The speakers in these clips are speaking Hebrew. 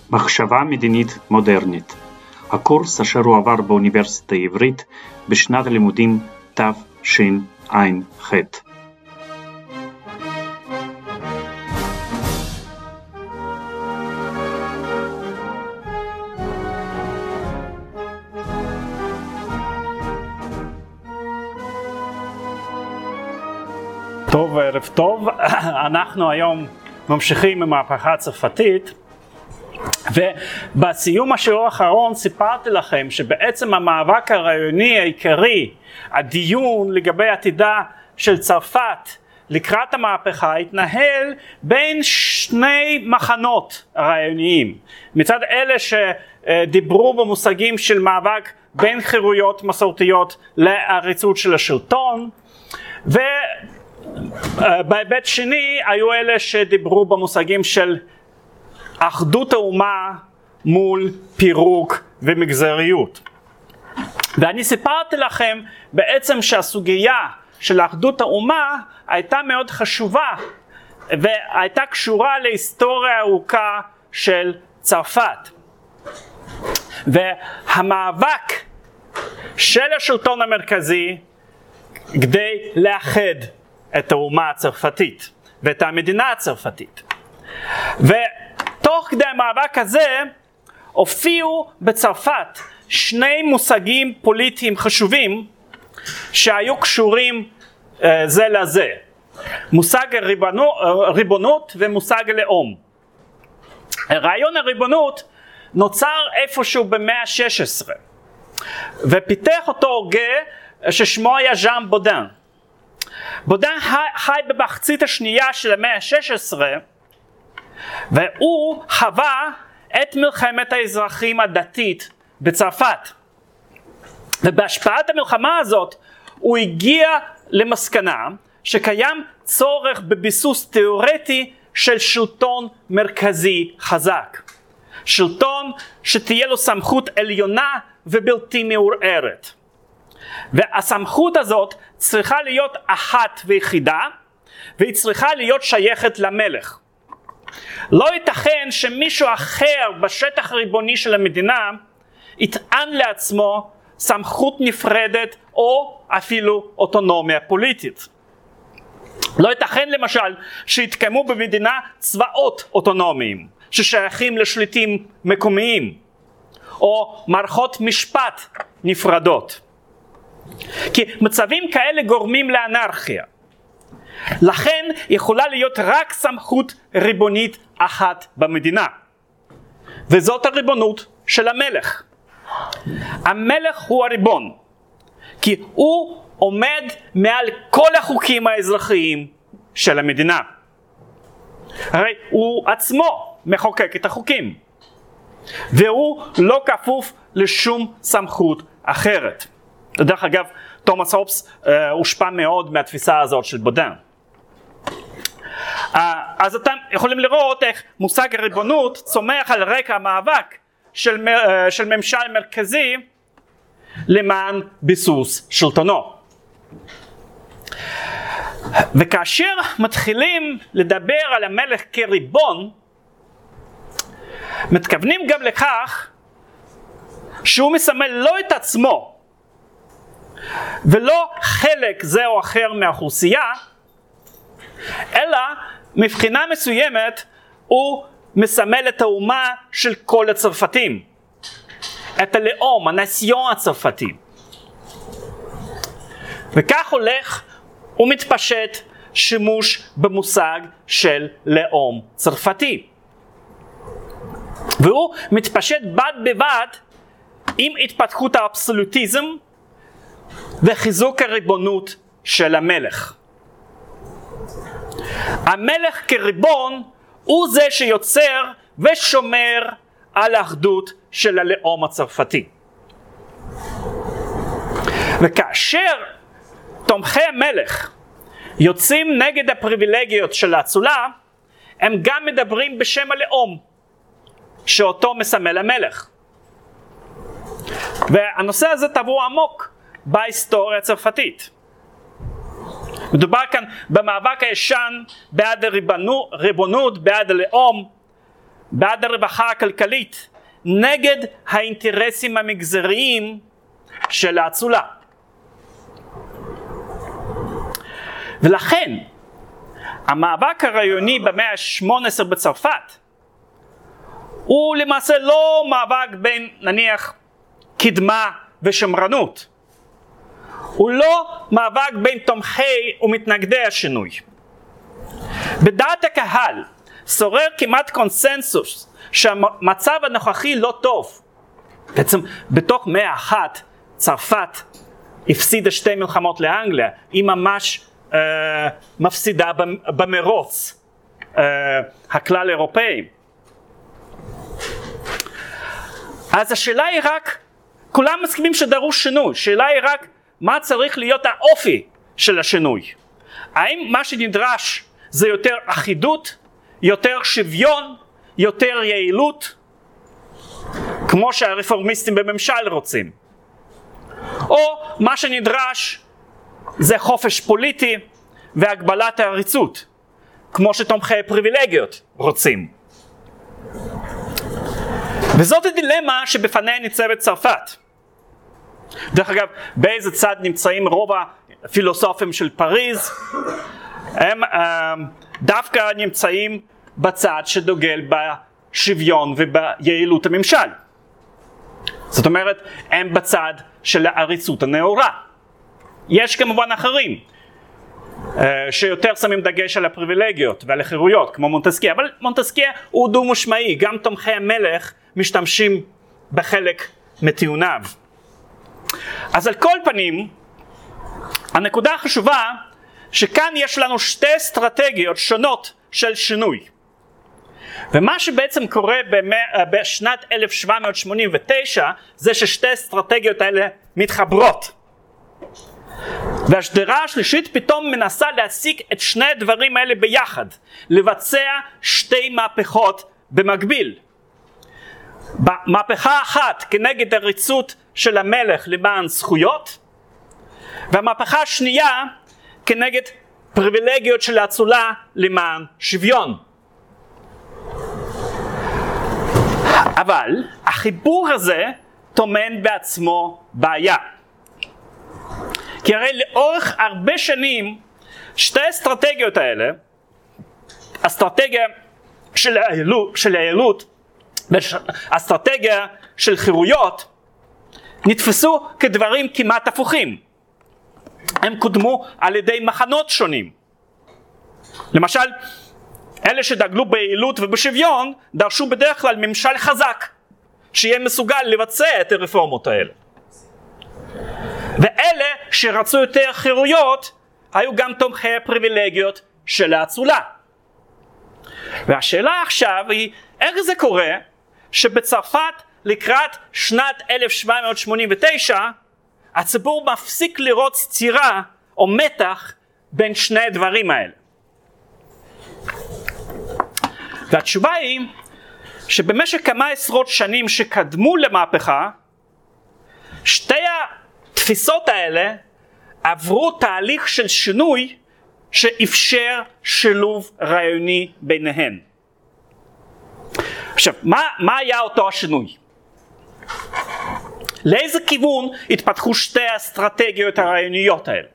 מחשבה מדינית מודרנית. הקורס אשר הוא עבר באוניברסיטה העברית בשנת הלימודים תשע"ח. טוב, ערב טוב. אנחנו היום ממשיכים עם המהפכה הצרפתית, ובסיום השיעור האחרון סיפרתי לכם שבעצם המאבק הרעיוני העיקרי, הדיון לגבי עתידה של צרפת לקראת המהפכה, התנהל בין שני מחנות רעיוניים. מצד אלה שדיברו במושגים של מאבק בין חירויות מסורתיות לעריצות של השלטון, ובהיבט שני היו אלה שדיברו במושגים של אחדות האומה מול פירוק ומגזריות. ואני סיפרתי לכם בעצם שהסוגיה של אחדות האומה הייתה מאוד חשובה והייתה קשורה להיסטוריה ארוכה של צרפת. והמאבק של השלטון המרכזי כדי לאחד את האומה הצרפתית ואת המדינה הצרפתית. ותוך כדי המאבק הזה הופיעו בצרפת שני מושגים פוליטיים חשובים שהיו קשורים זה לזה. מושג הריבונות ומושג הלאום. רעיון הריבונות נוצר איפשהו במאה ה-16 ופיתח אותו הוגה ששמו היה ז'אן בודן. בודן חי במחצית השנייה של המאה ה-16 והוא חווה את מלחמת האזרחים הדתית בצרפת, ובהשפעת המלחמה הזאת הוא הגיע למסקנה שקיים צורך בביסוס תיאורטי של שלטון מרכזי חזק, שלטון שתהיה לו סמכות עליונה ובלתי מעורערת, והסמכות הזאת צריכה להיות אחת ויחידה והיא צריכה להיות שייכת למלך. לא ייתכן שמישהו אחר בשטח הריבוני של המדינה יטען לעצמו סמכות נפרדת או אפילו אוטונומיה פוליטית. לא ייתכן למשל שיתקיימו במדינה צבאות אוטונומיים ששייכים לשליטים מקומיים או מערכות משפט נפרדות, כי מצבים כאלה גורמים לאנרכיה. לכן יכולה להיות רק סמכות ריבונית אחת במדינה, וזאת הריבונות של המלך. המלך הוא הריבון, כי הוא עומד מעל כל החוקים האזרחיים של המדינה. הרי הוא עצמו מחוקק את החוקים, והוא לא כפוף לשום סמכות אחרת. דרך אגב, תומאס הובס הושפע מאוד מהתפיסה הזאת של בודן. אז אתם יכולים לראות איך מושג הריבונות צומח על רקע המאבק של ממשל מרכזי למען ביסוס שלטונו. וכאשר מתחילים לדבר על המלך כריבון, מתכוונים גם לכך שהוא מסמל לא את עצמו ולא חלק זה או אחר מהאוכלוסייה, אלא מבחינה מסוימת הוא מסמל את האומה של כל הצרפתים, את הלאום, הנסיון הצרפתי. וכך הולך ומתפשט שימוש במושג של לאום צרפתי, והוא מתפשט בד בבד עם התפתחות האבסולוטיזם וחיזוק הריבונות של המלך. המלך כריבון הוא זה שיוצר ושומר על האחדות של הלאום הצרפתי. וכאשר תומכי המלך יוצאים נגד הפריבילגיות של האצולה, הם גם מדברים בשם הלאום שאותו מסמל המלך. והנושא הזה טבוע עמוק בהיסטוריה הצרפתית. מדובר כאן במאבק הישן בעד הריבונות, בעד הלאום, בעד הרווחה הכלכלית, נגד האינטרסים המגזריים של האצולה. ולכן המאבק הרעיוני במאה ה-18 בצרפת הוא למעשה לא מאבק בין נניח קדמה ושמרנות, הוא לא מאבק בין תומכי ומתנגדי השינוי. בדעת הקהל שורר כמעט קונסנזוס שהמצב הנוכחי לא טוב. בעצם בתוך מאה אחת צרפת הפסידה 2 מלחמות לאנגליה, היא ממש מפסידה במרוץ הכלל אירופאי. אז השאלה היא רק, כולם מסכימים שדרוש שינוי, השאלה היא רק מה צריך להיות האופי של השינוי. האם מה שנדרש זה יותר אחידות, יותר שוויון, יותר יעילות, כמו שהרפורמיסטים בממשל רוצים? או מה שנדרש זה חופש פוליטי והגבלת העריצות, כמו שתומכי פריבילגיות רוצים? וזאת הדילמה שבפניה ניצבת צרפת. דרך אגב, באיזה צד נמצאים רוב הפילוסופים של פריז? הם דווקא נמצאים בצד שדוגל בשוויון וביעילות הממשל. זאת אומרת, הם בצד של העריצות הנאורה. יש כמובן אחרים שיותר שמים דגש על הפריבילגיות ועל החירויות, כמו מונטסקיה, אבל מונטסקיה הוא דו משמעי, גם תומכי המלך משתמשים בחלק מטיעוניו. אז על כל פנים, הנקודה החשובה שכאן יש לנו 2 אסטרטגיות שונות של שינוי. ומה שבעצם קורה בשנת 1789 זה ש2 אסטרטגיות האלה מתחברות. והשדרה השלישית פתאום מנסה להשיג את 2 הדברים האלה ביחד, לבצע 2 מהפכות במקביל. מהפכה אחת כנגד עריצות של המלך למען זכויות, והמהפכה השנייה כנגד פריבילגיות של האצולה למען שוויון. אבל החיבור הזה טומן בעצמו בעיה. כי הרי לאורך הרבה שנים 2 האסטרטגיות האלה, אסטרטגיה של היעילות ואסטרטגיה של חירויות, נתפסו כדברים כמעט הפוכים. הם קודמו על ידי מחנות שונים. למשל, אלה שדגלו ביעילות ובשוויון דרשו בדרך כלל ממשל חזק שיהיה מסוגל לבצע את הרפורמות האלה. ואלה שרצו יותר חירויות היו גם תומכי הפריבילגיות של האצולה. והשאלה עכשיו היא, איך זה קורה שבצרפת לקראת שנת 1789 הציבור מפסיק לראות סתירה או מתח בין 2 הדברים האלה? והתשובה היא שבמשך כמה עשרות שנים שקדמו למהפכה, 2 התפיסות האלה עברו תהליך של שינוי שאפשר שילוב רעיוני ביניהן. עכשיו, מה היה אותו השינוי? לאיזה כיוון התפתחו 2 האסטרטגיות הרעיוניות האלה?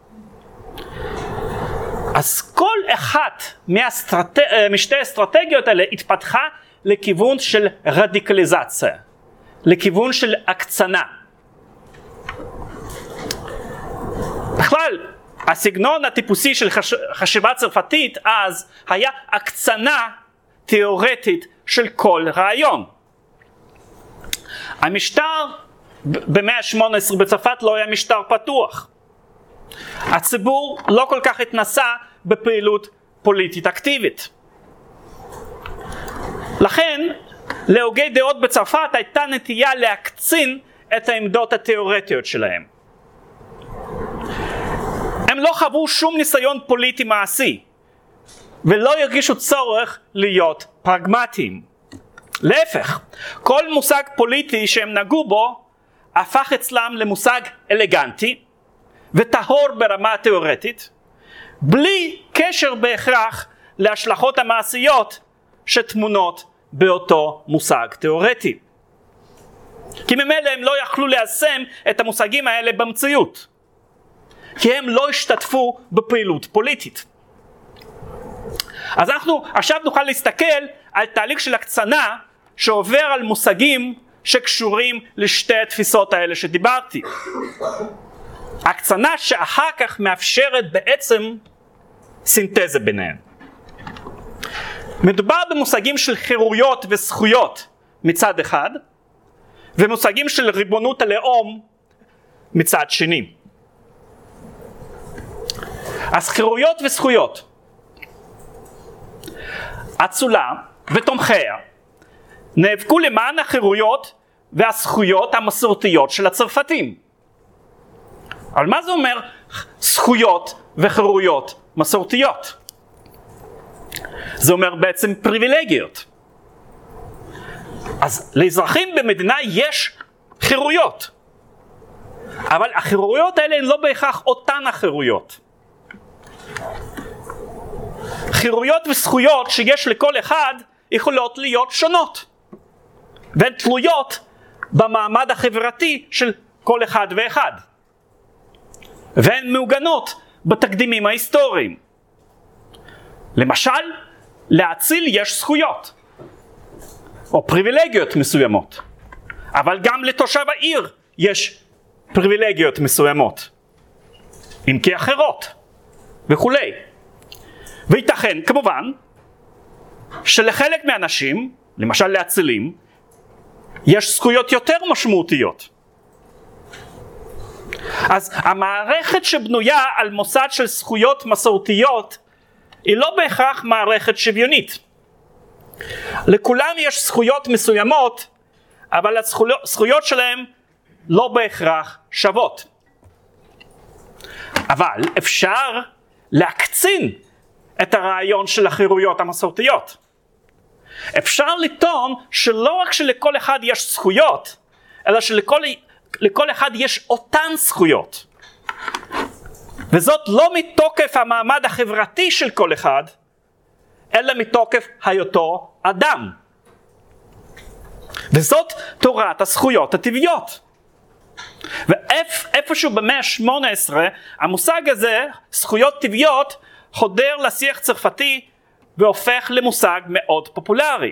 אז כל אחת משתי האסטרטגיות האלה התפתחה לכיוון של רדיקליזציה, לכיוון של הקצנה. בכלל, הסגנון הטיפוסי של חשיבה צרפתית אז היה הקצנה תיאורטית של כל רעיון. המשטר במאה ה-18 בצרפת לא היה משטר פתוח. הציבור לא כל כך התנסה בפעילות פוליטית אקטיבית. לכן, להוגי דעות בצרפת הייתה נטייה להקצין את העמדות התיאורטיות שלהם. הם לא חוו שום ניסיון פוליטי מעשי, ולא הרגישו צורך להיות פרגמטיים. להפך, כל מושג פוליטי שהם נגעו בו, הפך אצלם למושג אלגנטי, וטהור ברמה תיאורטית, בלי קשר בהכרח להשלכות המעשיות שטמונות באותו מושג תיאורטי. כי ממילא הם לא יכלו ליישם את המושגים האלה במציאות. כי הם לא השתתפו בפעילות פוליטית. אז אנחנו עכשיו נוכל להסתכל על תהליך של הקצנה שעובר על מושגים שקשורים לשתי התפיסות האלה שדיברתי. הקצנה שאחר כך מאפשרת בעצם סינתזה ביניהן. מדובר במושגים של חירויות וזכויות מצד אחד, ומושגים של ריבונות הלאום מצד שני. אז חירויות וזכויות. אצולה ותומכיה נאבקו למען החירויות והזכויות המסורתיות של הצרפתים. אבל מה זה אומר זכויות וחירויות מסורתיות? זה אומר בעצם פריבילגיות. אז לאזרחים במדינה יש חירויות, אבל החירויות האלה הן לא בהכרח אותן החירויות. חירויות וזכויות שיש לכל אחד יכולות להיות שונות, והן תלויות במעמד החברתי של כל אחד ואחד, והן מעוגנות בתקדימים ההיסטוריים. למשל, לאציל יש זכויות או פריבילגיות מסוימות, אבל גם לתושב העיר יש פריבילגיות מסוימות, אם כי אחרות וכולי. וייתכן כמובן שלחלק מהאנשים, למשל לאצילים, יש זכויות יותר משמעותיות. אז המערכת שבנויה על מוסד של זכויות מסורתיות היא לא בהכרח מערכת שוויונית. לכולם יש זכויות מסוימות, אבל הזכויות שלהם לא בהכרח שוות. אבל אפשר להקצין את הרעיון של החירויות המסורתיות. אפשר לטעון שלא רק שלכל אחד יש זכויות, אלא שלכל אחד יש אותן זכויות. וזאת לא מתוקף המעמד החברתי של כל אחד, אלא מתוקף היותו אדם. וזאת תורת הזכויות הטבעיות. ואיפשהו במאה ה-18 המושג הזה, זכויות טבעיות, חודר לשיח צרפתי והופך למושג מאוד פופולרי.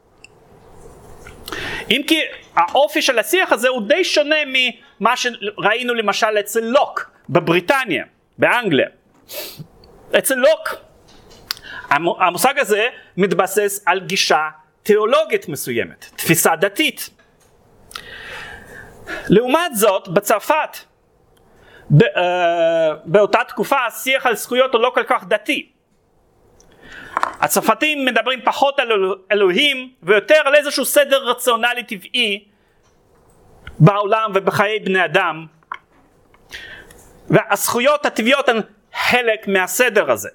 אם כי האופי של השיח הזה הוא די שונה ממה שראינו למשל אצל לוק בבריטניה, באנגליה. אצל לוק המושג הזה מתבסס על גישה תיאולוגית מסוימת, תפיסה דתית. לעומת זאת, בצרפת, באותה תקופה השיח על זכויות הוא לא כל כך דתי. הצרפתים מדברים פחות על אלוהים ויותר על איזשהו סדר רציונלי טבעי בעולם ובחיי בני אדם, והזכויות הטבעיות הן חלק מהסדר הזה.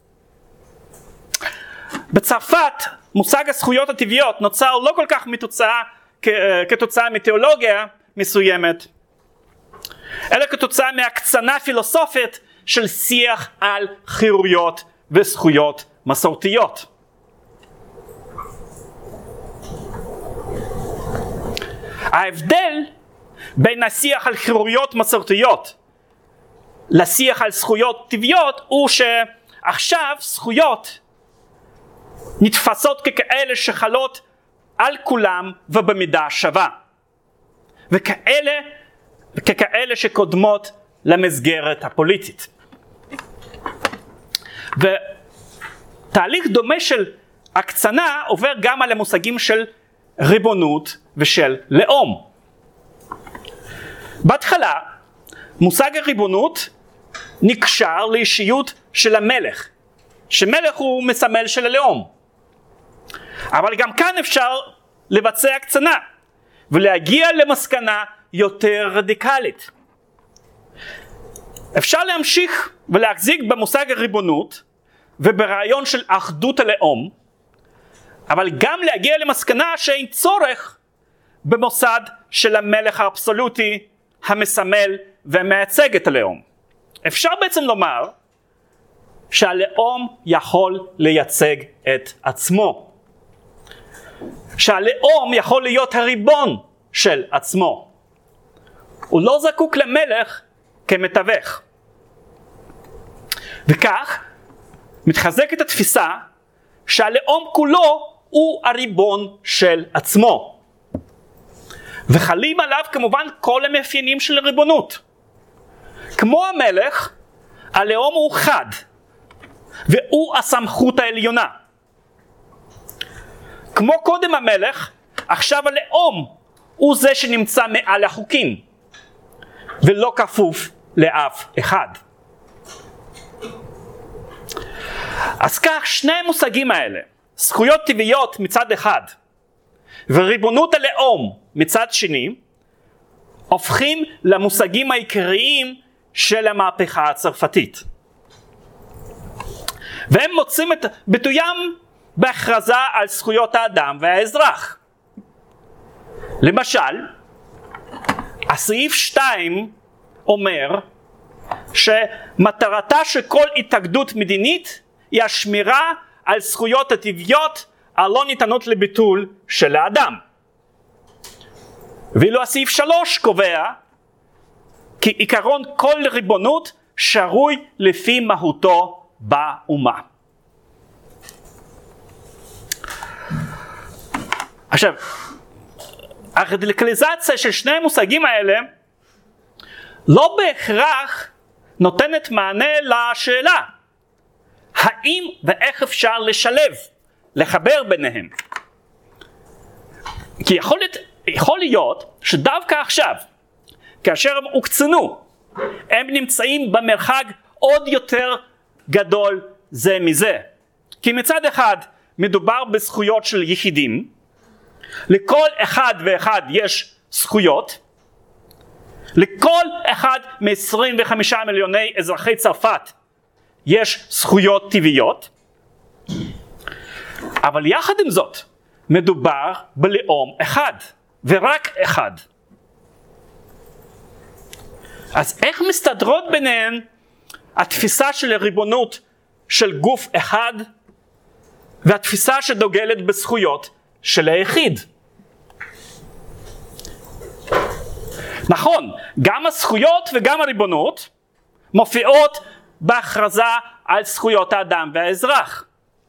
בצרפת מושג הזכויות הטבעיות נוצר לא כל כך כתוצאה מתיאולוגיה מסוימת, אלא כתוצאה מהקצנה פילוסופית של שיח על חירויות וזכויות מסורתיות. ההבדל בין השיח על חירויות מסורתיות לשיח על זכויות טבעיות הוא שעכשיו זכויות נתפסות ככאלה שחלות על כולם ובמידה שווה, וככאלה שקודמות למסגרת הפוליטית. ותהליך דומה של הקצנה עובר גם על המושגים של ריבונות ושל לאום. בהתחלה מושג הריבונות נקשר לאישיות של המלך, שמלך הוא מסמל של הלאום. אבל גם כאן אפשר לבצע הקצנה ולהגיע למסקנה יותר רדיקלית. אפשר להמשיך ולהחזיק במושג הריבונות וברעיון של אחדות הלאום, אבל גם להגיע למסקנה שאין צורך במוסד של המלך האבסולוטי המסמל ומייצג את הלאום. אפשר בעצם לומר שהלאום יכול לייצג את עצמו. שהלאום יכול להיות הריבון של עצמו. הוא לא זקוק למלך כמתווך. וכך מתחזקת התפיסה שהלאום כולו הוא הריבון של עצמו. וחלים עליו כמובן כל המאפיינים של ריבונות. כמו המלך, הלאום הוא חד, והוא הסמכות העליונה. כמו קודם המלך, עכשיו הלאום הוא זה שנמצא מעל החוקים, ולא כפוף לאף אחד. אז כך שני המושגים האלה, זכויות טבעיות מצד אחד, וריבונות הלאום מצד שני, הופכים למושגים העיקריים של המהפכה הצרפתית. והם מוצאים את ביטוים בהכרזה על זכויות האדם והאזרח. למשל, הסעיף 2 אומר שמטרתה של כל התאגדות מדינית היא השמירה על זכויות הטבעיות הלא ניתנות לביטול של האדם. ואילו הסעיף 3 קובע כי עיקרון כל ריבונות שרוי לפי מהותו באומה. עכשיו, הרדיקליזציה של שני המושגים האלה לא בהכרח נותנת מענה לשאלה האם ואיך אפשר לשלב, לחבר ביניהם. כי יכול להיות שדווקא עכשיו, כאשר הם הוקצנו, הם נמצאים במרחק עוד יותר גדול זה מזה. כי מצד אחד מדובר בזכויות של יחידים, לכל אחד ואחד יש זכויות, לכל אחד מ-25 מיליוני אזרחי צרפת יש זכויות טבעיות, אבל יחד עם זאת מדובר בלאום אחד ורק אחד. אז איך מסתדרות ביניהן התפיסה של הריבונות של גוף אחד והתפיסה שדוגלת בזכויות של היחיד? נכון, גם הזכויות וגם הריבונות מופיעות בהכרזה על זכויות האדם והאזרח.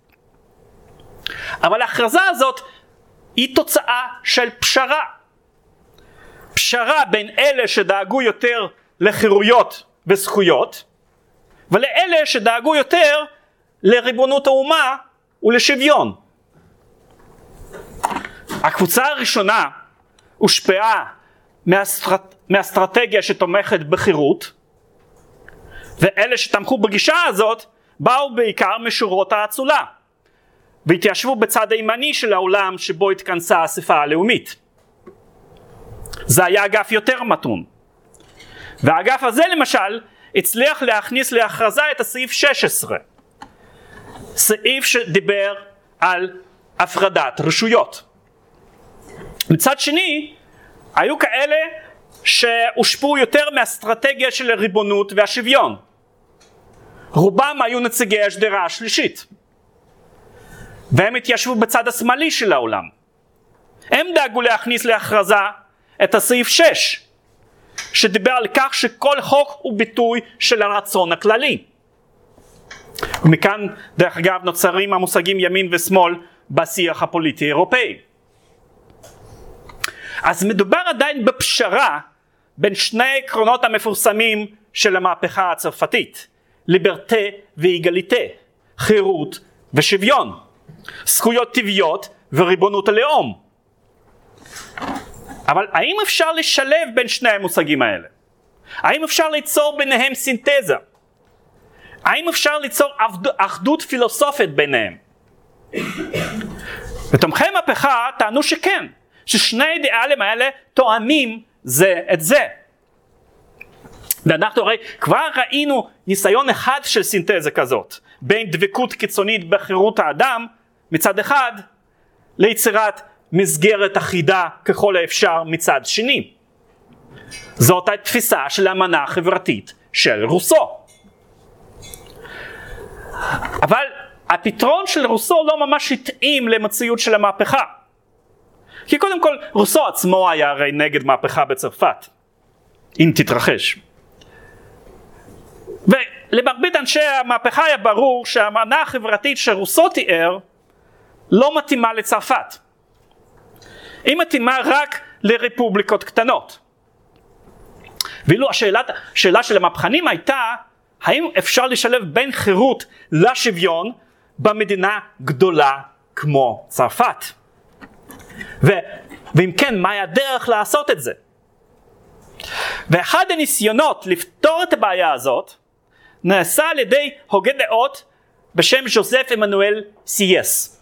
אבל ההכרזה הזאת היא תוצאה של פשרה. פשרה בין אלה שדאגו יותר לחירויות וזכויות, ולאלה שדאגו יותר לריבונות האומה ולשוויון. הקבוצה הראשונה הושפעה מהאסטרטגיה שתומכת בחירות, ואלה שתמכו בגישה הזאת באו בעיקר משורות האצולה, והתיישבו בצד הימני של העולם שבו התכנסה האספה הלאומית. זה היה אגף יותר מתון. והאגף הזה למשל הצליח להכניס להכרזה את הסעיף 16, סעיף שדיבר על הפרדת רשויות. מצד שני, היו כאלה שהושפעו יותר מהאסטרטגיה של הריבונות והשוויון. רובם היו נציגי השדרה השלישית, והם התיישבו בצד השמאלי של העולם. הם דאגו להכניס להכרזה את הסעיף 6, שדיבר על כך שכל חוק הוא ביטוי של הרצון הכללי. ומכאן דרך אגב נוצרים המושגים ימין ושמאל בשיח הפוליטי אירופאי. אז מדובר עדיין בפשרה בין שני העקרונות המפורסמים של המהפכה הצרפתית, ליברטה ואיגליטה, חירות ושוויון, זכויות טבעיות וריבונות הלאום. אבל האם אפשר לשלב בין שני המושגים האלה? האם אפשר ליצור ביניהם סינתזה? האם אפשר ליצור אחדות פילוסופית ביניהם? ותומכי מהפכה טענו שכן, ששני האידיאלים האלה תואמים זה את זה. ואנחנו הרי כבר ראינו ניסיון אחד של סינתזה כזאת, בין דבקות קיצונית בחירות האדם מצד אחד, ליצירת מסגרת אחידה ככל האפשר מצד שני. זאת התפיסה של האמנה החברתית של רוסו. אבל הפתרון של רוסו לא ממש התאים למציאות של המהפכה. כי קודם כל רוסו עצמו היה הרי נגד מהפכה בצרפת, אם תתרחש. ולמרבית אנשי המהפכה היה ברור שהאמנה החברתית שרוסו תיאר לא מתאימה לצרפת. היא מתאימה רק לרפובליקות קטנות. ואילו השאלה של המהפכנים הייתה, האם אפשר לשלב בין חירות לשוויון במדינה גדולה כמו צרפת? ואם כן, מהי הדרך לעשות את זה? ואחד הניסיונות לפתור את הבעיה הזאת נעשה על ידי הוגה דעות בשם ז'וזף עמנואל סייס.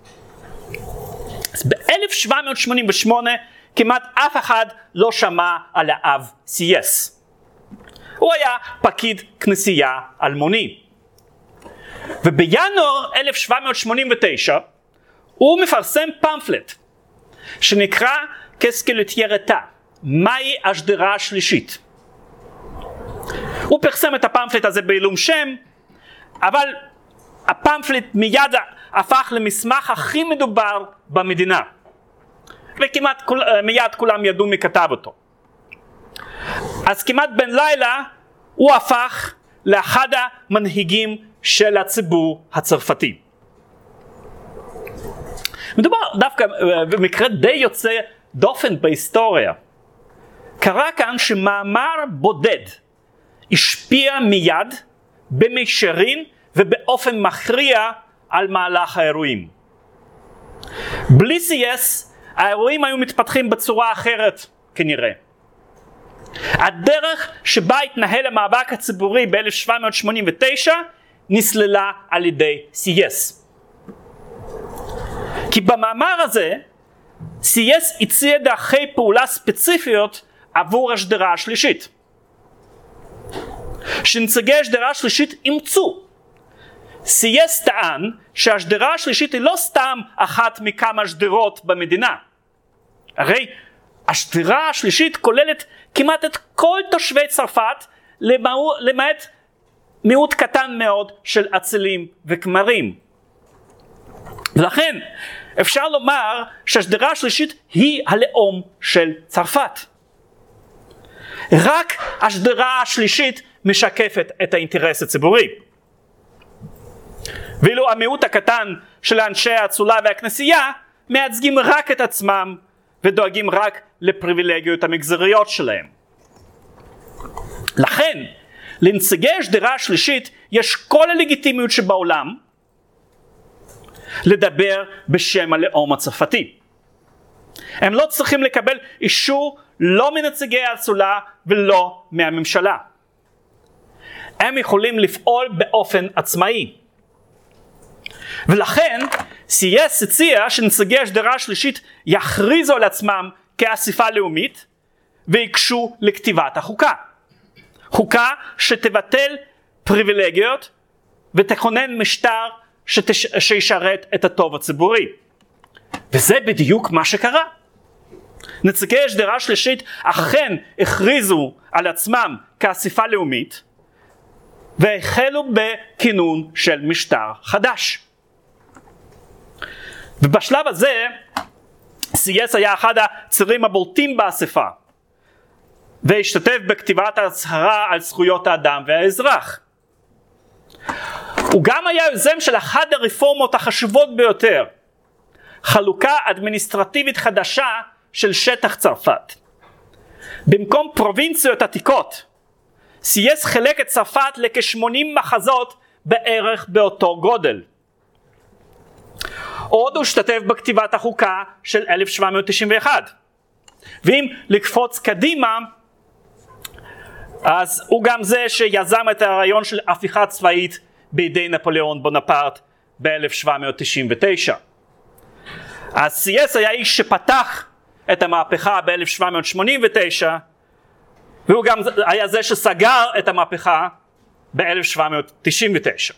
ב-1788 כמעט אף אחד לא שמע על האב סייס. הוא היה פקיד כנסייה אלמוני. ובינואר 1789 הוא מפרסם פמפלט שנקרא קסקלטיירטה, מהי השדרה השלישית. הוא פרסם את הפמפלט הזה בעילום שם, אבל הפמפלט מיד הפך למסמך הכי מדובר במדינה. וכמעט מיד כולם ידעו מי כתב אותו. אז כמעט בן לילה הוא הפך לאחד המנהיגים של הציבור הצרפתי. מדובר דווקא במקרה די יוצא דופן בהיסטוריה. קרה כאן שמאמר בודד השפיע מיד במישרין ובאופן מכריע על מהלך האירועים. בלי סייס האירועים היו מתפתחים בצורה אחרת כנראה. הדרך שבה התנהל המאבק הציבורי ב-1789 נסללה על ידי סייס. כי במאמר הזה סייס הציע דרכי פעולה ספציפיות עבור השדרה השלישית. שנציגי השדרה השלישית אימצו. סייס טען שהשדרה השלישית היא לא סתם אחת מכמה שדרות במדינה. הרי השדרה השלישית כוללת כמעט את כל תושבי צרפת למעט מיעוט קטן מאוד של אצילים וכמרים. ולכן אפשר לומר שהשדרה השלישית היא הלאום של צרפת. רק השדרה השלישית משקפת את האינטרס הציבורי. ואילו המיעוט הקטן של אנשי האצולה והכנסייה מייצגים רק את עצמם ודואגים רק לפריבילגיות המגזריות שלהם. לכן לנציגי השדרה השלישית יש כל הלגיטימיות שבעולם לדבר בשם הלאום הצרפתי. הם לא צריכים לקבל אישור לא מנציגי האצולה ולא מהממשלה. הם יכולים לפעול באופן עצמאי. ולכן סייס הציע שנציגי השדרה השלישית יכריזו על עצמם כאספה לאומית ויקשו לכתיבת החוקה. חוקה שתבטל פריבילגיות ותכונן משטר שישרת את הטוב הציבורי. וזה בדיוק מה שקרה. נציגי השדרה השלישית אכן הכריזו על עצמם כאספה לאומית והחלו בכינון של משטר חדש. ובשלב הזה סייס היה אחד הצירים הבולטים באספה והשתתף בכתיבת ההצהרה על זכויות האדם והאזרח. הוא גם היה יוזם של אחת הרפורמות החשובות ביותר, חלוקה אדמיניסטרטיבית חדשה של שטח צרפת. במקום פרובינציות עתיקות, סייס חילק את צרפת לכ-80 מחוזות בערך באותו גודל. עוד הוא השתתף בכתיבת החוקה של 1791. ואם לקפוץ קדימה, אז הוא גם זה שיזם את הרעיון של הפיכה צבאית בידי נפוליאון בונפרט ב-1799. אז סייס היה איש שפתח את המהפכה ב-1789, והוא גם היה זה שסגר את המהפכה ב-1799.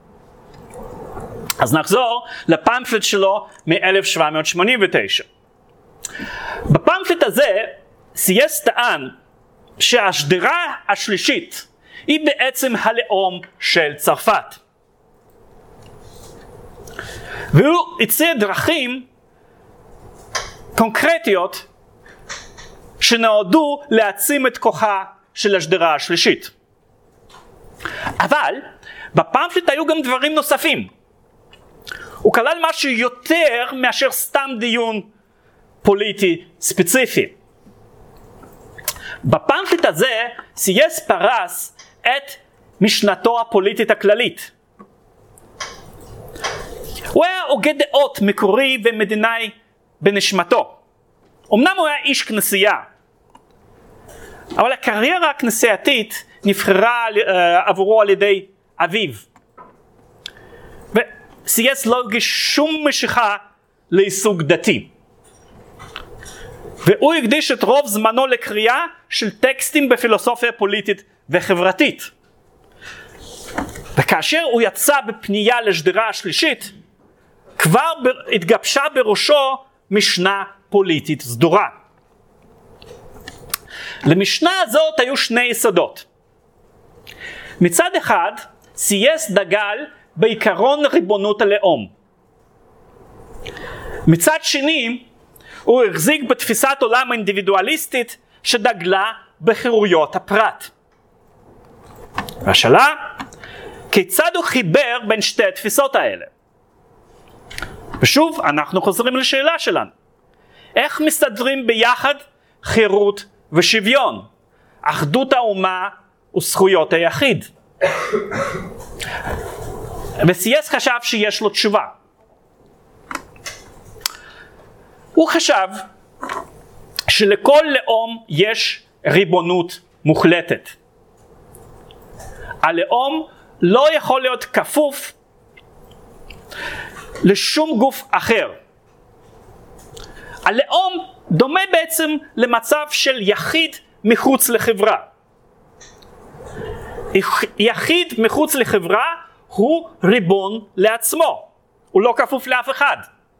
אז נחזור לפמפלט שלו מ-1789. בפמפלט הזה סייס טען שהשדרה השלישית היא בעצם הלאום של צרפת. והוא הציע דרכים קונקרטיות שנועדו להעצים את כוחה של השדרה השלישית. אבל בפמפלט היו גם דברים נוספים. הוא כלל משהו יותר מאשר סתם דיון פוליטי ספציפי. בפמפלט הזה סייס פרס את משנתו הפוליטית הכללית. הוא היה הוגה דעות מקורי ומדינאי בנשמתו. אמנם הוא היה איש כנסייה, אבל הקריירה הכנסייתית נבחרה עבורו על ידי אביו. וסייס לא הרגיש שום משיכה לעיסוק דתי. והוא הקדיש את רוב זמנו לקריאה של טקסטים בפילוסופיה פוליטית וחברתית. וכאשר הוא יצא בפנייה לשדרה השלישית, כבר התגבשה בראשו משנה פוליטית סדורה. למשנה הזאת היו שני יסודות. מצד אחד, סייס דגל בעיקרון ריבונות הלאום. מצד שני, הוא החזיק בתפיסת עולם אינדיבידואליסטית שדגלה בחירויות הפרט. והשאלה, כיצד הוא חיבר בין שתי התפיסות האלה? ושוב, אנחנו חוזרים לשאלה שלנו. איך מסתדרים ביחד חירות ושוויון, אחדות האומה וזכויות היחיד? וסייס חשב שיש לו תשובה. הוא חשב שלכל לאום יש ריבונות מוחלטת. הלאום לא יכול להיות כפוף לשום גוף אחר. הלאום דומה בעצם למצב של יחיד מחוץ לחברה. יחיד מחוץ לחברה הוא ריבון לעצמו, הוא לא כפוף לאף אחד.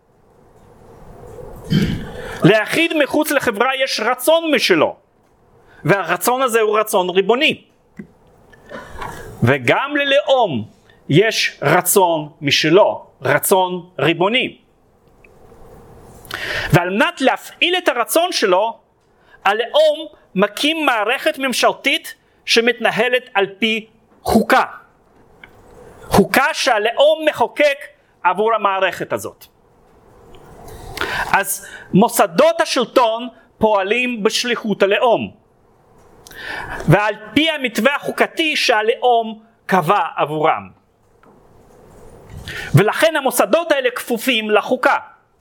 ליחיד מחוץ לחברה יש רצון משלו, והרצון הזה הוא רצון ריבוני. וגם ללאום יש רצון משלו, רצון ריבוני. ועל מנת להפעיל את הרצון שלו, הלאום מקים מערכת ממשלתית שמתנהלת על פי חוקה. חוקה שהלאום מחוקק עבור המערכת הזאת. אז מוסדות השלטון פועלים בשליחות הלאום, ועל פי המתווה החוקתי שהלאום קבע עבורם. ולכן המוסדות האלה כפופים לחוקה.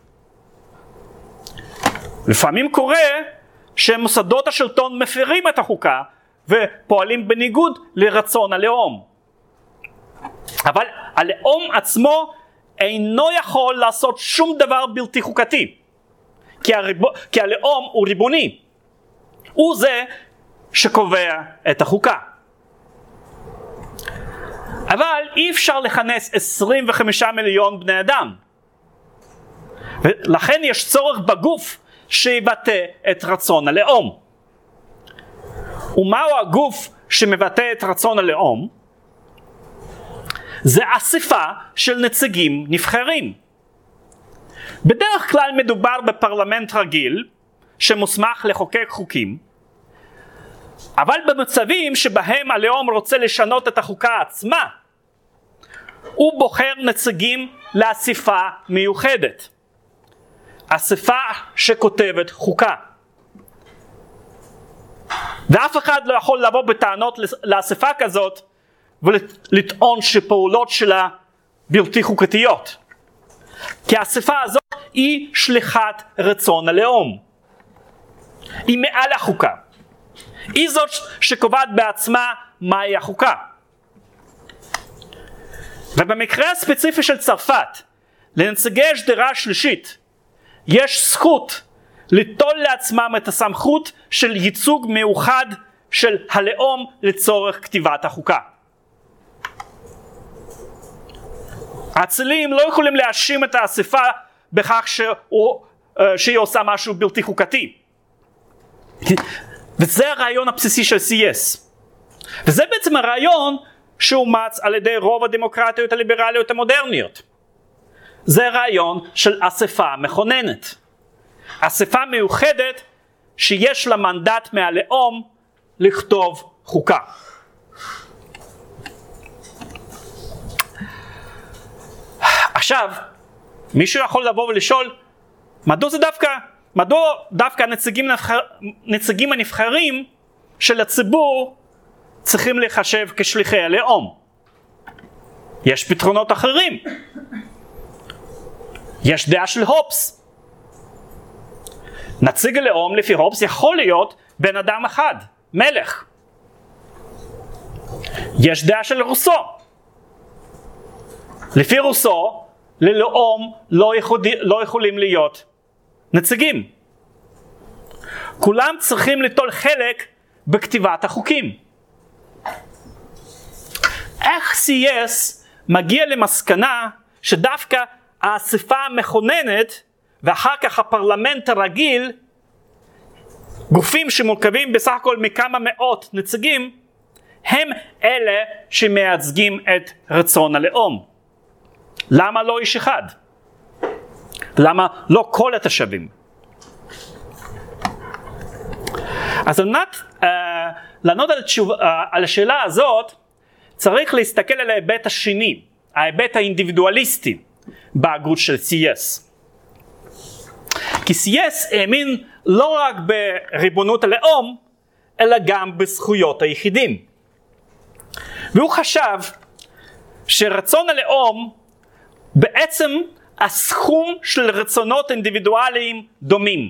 לפעמים קורה שמוסדות השלטון מפירים את החוקה ופועלים בניגוד לרצון הלאום. אבל הלאום עצמו אינו יכול לעשות שום דבר בלתי חוקתי, כי הלאום הוא ריבוני. הוא זה שקובע את החוקה. אבל אי אפשר לכנס 25 מיליון בני אדם, ולכן יש צורך בגוף שיבטא את רצון הלאום. ומהו הגוף שמבטא את רצון הלאום? זה אספה של נציגים נבחרים. בדרך כלל מדובר בפרלמנט רגיל שמוסמך לחוקק חוקים, אבל במצבים שבהם הלאום רוצה לשנות את החוקה עצמה, הוא בוחר נציגים לאספה מיוחדת, אספה שכותבת חוקה. ואף אחד לא יכול לבוא בטענות לאספה כזאת ולטעון שפעולות שלה בלתי חוקתיות, כי האספה הזאת היא שליחת רצון הלאום, היא מעל החוקה, היא זאת שקובעת בעצמה מהי החוקה. ובמקרה הספציפי של צרפת, לנציגי השדרה השלישית יש זכות ליטול לעצמם את הסמכות של ייצוג מאוחד של הלאום לצורך כתיבת החוקה. האצילים לא יכולים להאשים את האספה בכך שהיא עושה משהו בלתי חוקתי. וזה הרעיון הבסיסי של CS. וזה בעצם הרעיון שאומץ על ידי רוב הדמוקרטיות הליברליות המודרניות. זה רעיון של אספה מכוננת. אספה מיוחדת שיש לה מנדט מהלאום לכתוב חוקה. עכשיו, מישהו יכול לבוא ולשאול, מדוע דווקא הנציגים הנבחרים של הציבור צריכים לחשב כשליחי הלאום? יש פתרונות אחרים. יש דעה של הופס. נציג הלאום לפי הופס יכול להיות בן אדם אחד, מלך. יש דעה של רוסו. לפי רוסו, ללאום לא יכולים להיות נציגים. כולם צריכים ליטול חלק בכתיבת החוקים. איך CS מגיע למסקנה שדווקא האספה המכוננת ואחר כך הפרלמנט הרגיל, גופים שמורכבים בסך הכל מכמה מאות נציגים, הם אלה שמייצגים את רצון הלאום? למה לא איש אחד? למה לא כל התושבים? אז על מנת לענות על השאלה הזאת, צריך להסתכל על ההיבט השני, ההיבט האינדיבידואליסטי בהגות של CS. כי CS האמין לא רק בריבונות הלאום, אלא גם בזכויות היחידים. והוא חשב שרצון הלאום בעצם הסכום של רצונות אינדיבידואליים דומים.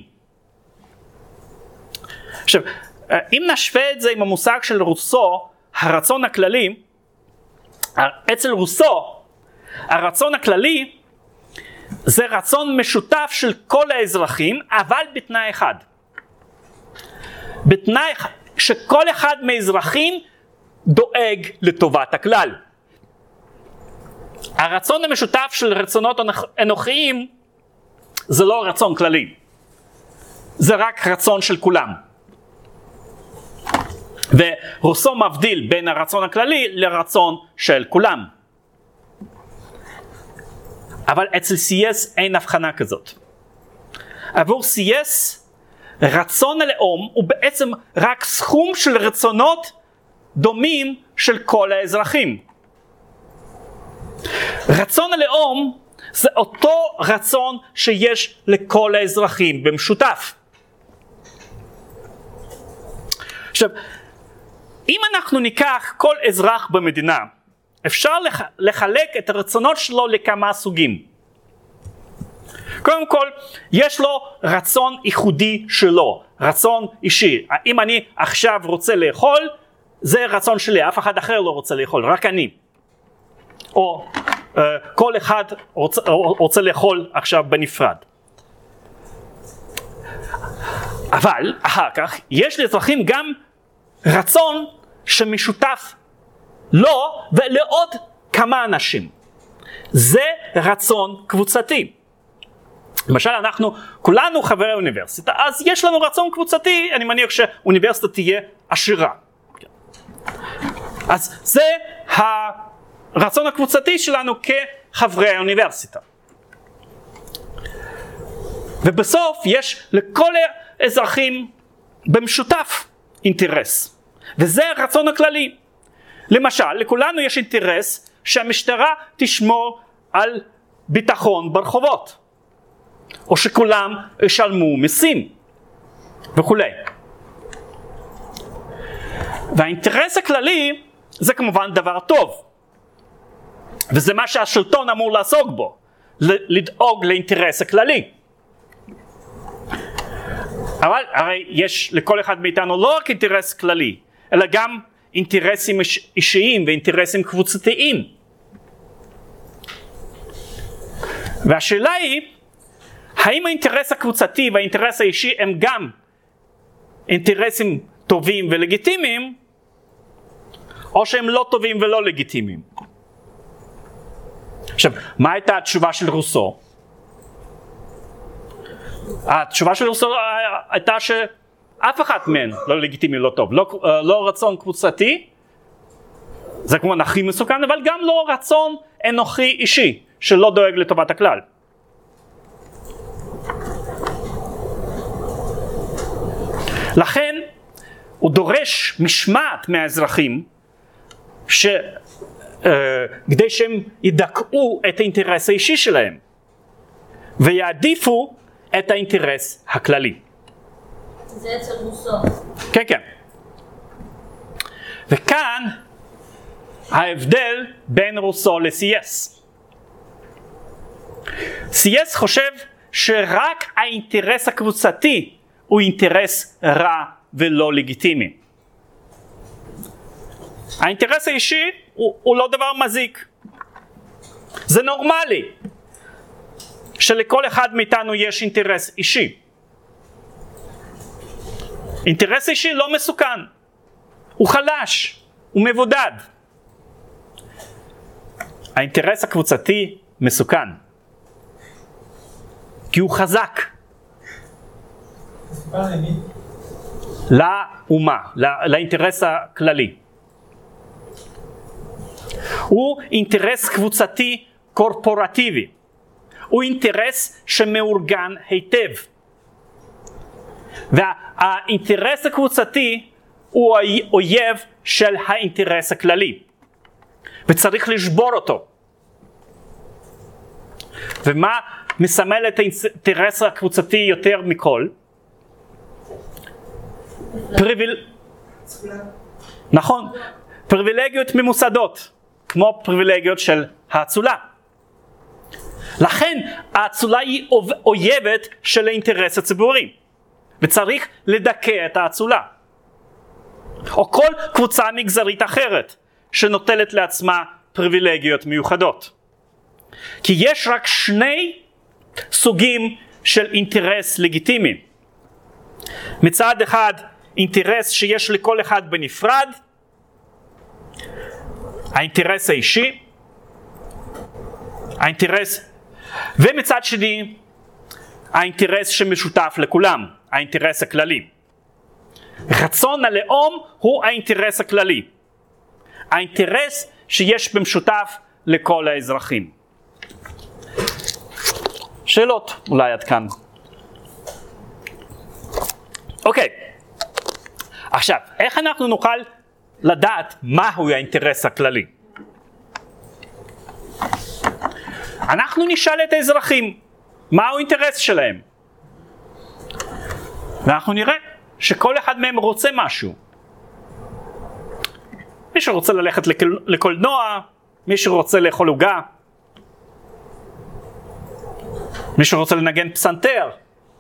עכשיו, אם נשווה את זה עם המושג של רוסו, הרצון הכללי, אצל רוסו, הרצון הכללי זה רצון משותף של כל האזרחים, אבל בתנאי אחד. בתנאי שכל אחד מהאזרחים דואג לטובת הכלל. הרצון המשותף של רצונות אנוכיים זה לא רצון כללי. זה רק רצון של כולם. ורוסו מבדיל בין הרצון הכללי לרצון של כולם. אבל אצל CS אין הבחנה כזאת. עבור CS רצון הלאום הוא בעצם רק סכום של רצונות דומים של כל האזרחים. רצון הלאום זה אותו רצון שיש לכל האזרחים במשותף. עכשיו, אם אנחנו ניקח כל אזרח במדינה, אפשר לחלק את הרצונות שלו לכמה סוגים. קודם כל, יש לו רצון ייחודי שלו, רצון אישי. אם אני עכשיו רוצה לאכול, זה רצון שלי, אף אחד אחר לא רוצה לאכול, רק אני. או כל אחד רוצה לאכול עכשיו בנפרד. אבל אחר כך יש לאזרחים גם רצון שמשותף לו ולעוד כמה אנשים. זה רצון קבוצתי. למשל, אנחנו כולנו חברי אוניברסיטה, אז יש לנו רצון קבוצתי, אני מניח שאוניברסיטה תהיה עשירה. אז זה הרצון הקבוצתי שלנו כחברי האוניברסיטה. ובסוף יש לכל האזרחים במשותף אינטרס. וזה הרצון הכללי. למשל, לכולנו יש אינטרס שהמשטרה תשמור על ביטחון ברחובות. או שכולם ישלמו מיסים. וכולי. והאינטרס הכללי זה כמובן דבר טוב. וזה מה שהשלטון אמור לעסוק בו. לדאוג לאינטרס הכללי. אבל הרי יש לכל אחד מאיתנו לא רק אינטרס כללי, אלא גם אינטרסים אישיים ואינטרסים קבוצתיים. והשאלה היא, האם האינטרס הקבוצתי והאינטרס האישי הם גם אינטרסים טובים ולגיטימיים, או שהם לא טובים ולא לגיטימיים? עכשיו, מה הייתה התשובה של רוסו? התשובה של רוסו הייתה שאף אחת מהן לא לגיטימי, לא טוב. לא רצון קבוצתי, זה כמובן הכי מסוכן, אבל גם לא רצון אנוכי אישי, שלא דואג לטובת הכלל. לכן הוא דורש משמעת מהאזרחים כדי שהם ידכאו את האינטרס האישי שלהם ויעדיפו את האינטרס הכללי. זה אצל רוסו. כן, כן. וכאן ההבדל בין רוסו לסייס. סייס חושב שרק האינטרס הקבוצתי הוא אינטרס רע ולא לגיטימי. האינטרס האישי הוא לא דבר מזיק. זה נורמלי שלכל אחד מאיתנו יש אינטרס אישי. אינטרס אישי לא מסוכן, הוא חלש, הוא מבודד. האינטרס הקבוצתי מסוכן, כי הוא חזק. לאומה, לאינטרס הכללי. הוא אינטרס קבוצתי קורפורטיבי. הוא אינטרס שמאורגן היטב. והאינטרס הקבוצתי הוא אויב של האינטרס הכללי. וצריך לשבור אותו. ומה מסמל את האינטרס הקבוצתי יותר מכל? נכון, פריבילגיות ממוסדות, כמו פריבילגיות של האצולה. לכן האצולה היא אויבת של האינטרס הציבורי, וצריך לדכא את האצולה. או כל קבוצה מגזרית אחרת שנוטלת לעצמה פריבילגיות מיוחדות. כי יש רק שני סוגים של אינטרס לגיטימי. מצד אחד אינטרס שיש לכל אחד בנפרד, האינטרס האישי, ומצד שני האינטרס שמשותף לכולם, האינטרס הכללי. רצון הלאום הוא האינטרס הכללי, האינטרס שיש במשותף לכל האזרחים. שאלות אולי עד כאן. אוקיי, עכשיו איך אנחנו נוכל לדעת מהו האינטרס הכללי? אנחנו נשאל את האזרחים מהו האינטרס שלהם, ואנחנו נראה שכל אחד מהם רוצה משהו. מישהו רוצה ללכת לקולנוע, מישהו רוצה לאכול עוגה, מישהו רוצה לנגן פסנתר.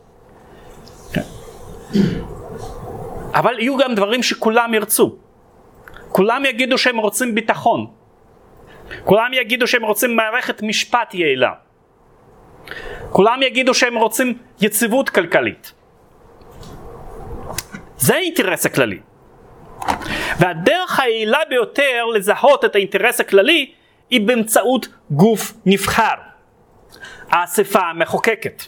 אבל יהיו גם דברים שכולם ירצו. כולם יגידו שהם רוצים ביטחון. כולם יגידו שהם רוצים מערכת משפט יעילה. כולם יגידו שהם רוצים יציבות כלכלית. זה האינטרס הכללי. והדרך היעילה ביותר לזהות את האינטרס הכללי היא באמצעות גוף נבחר, האספה המחוקקת.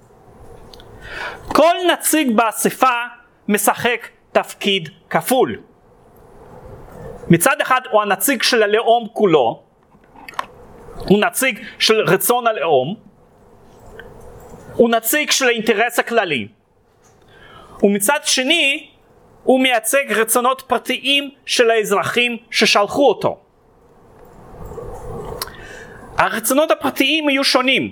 כל נציג באספה משחק תפקיד כפול. מצד אחד הוא הנציג של הלאום כולו, הוא נציג של רצון הלאום, הוא נציג של האינטרס הכללי, ומצד שני הוא מייצג רצונות פרטיים של האזרחים ששלחו אותו. הרצונות הפרטיים יהיו שונים,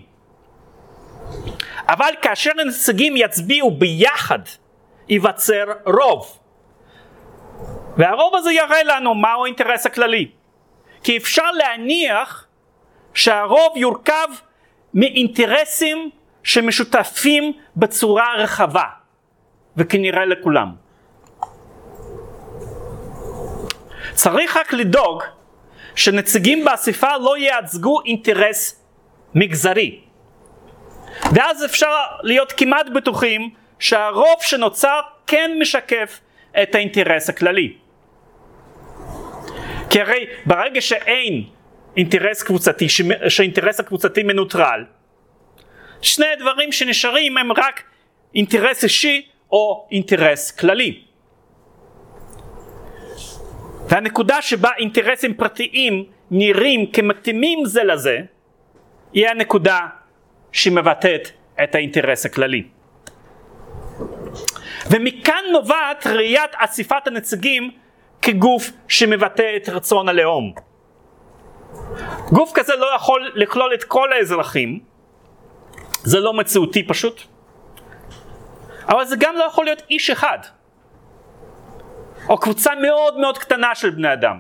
אבל כאשר הנציגים יצביעו ביחד ייווצר רוב, והרוב הזה יראה לנו מהו האינטרס הכללי. כי אפשר להניח שהרוב יורכב מאינטרסים שמשותפים בצורה רחבה, וכנראה לכולם. צריך רק לדאוג שנציגים באספה לא ייצגו אינטרס מגזרי. ואז אפשר להיות כמעט בטוחים שהרוב שנוצר כן משקף את האינטרס הכללי. כי הרי ברגע שאין אינטרס קבוצתי, שהאינטרס הקבוצתי מנוטרל, שני הדברים שנשארים הם רק אינטרס אישי או אינטרס כללי. והנקודה שבה אינטרסים פרטיים נראים כמתאימים זה לזה, היא הנקודה שמבטאת את האינטרס הכללי. ומכאן נובעת ראיית אספת הנציגים כגוף שמבטא את רצון הלאום. גוף כזה לא יכול לכלול את כל האזרחים, זה לא מציאותי פשוט, אבל זה גם לא יכול להיות איש אחד, או קבוצה מאוד מאוד קטנה של בני אדם.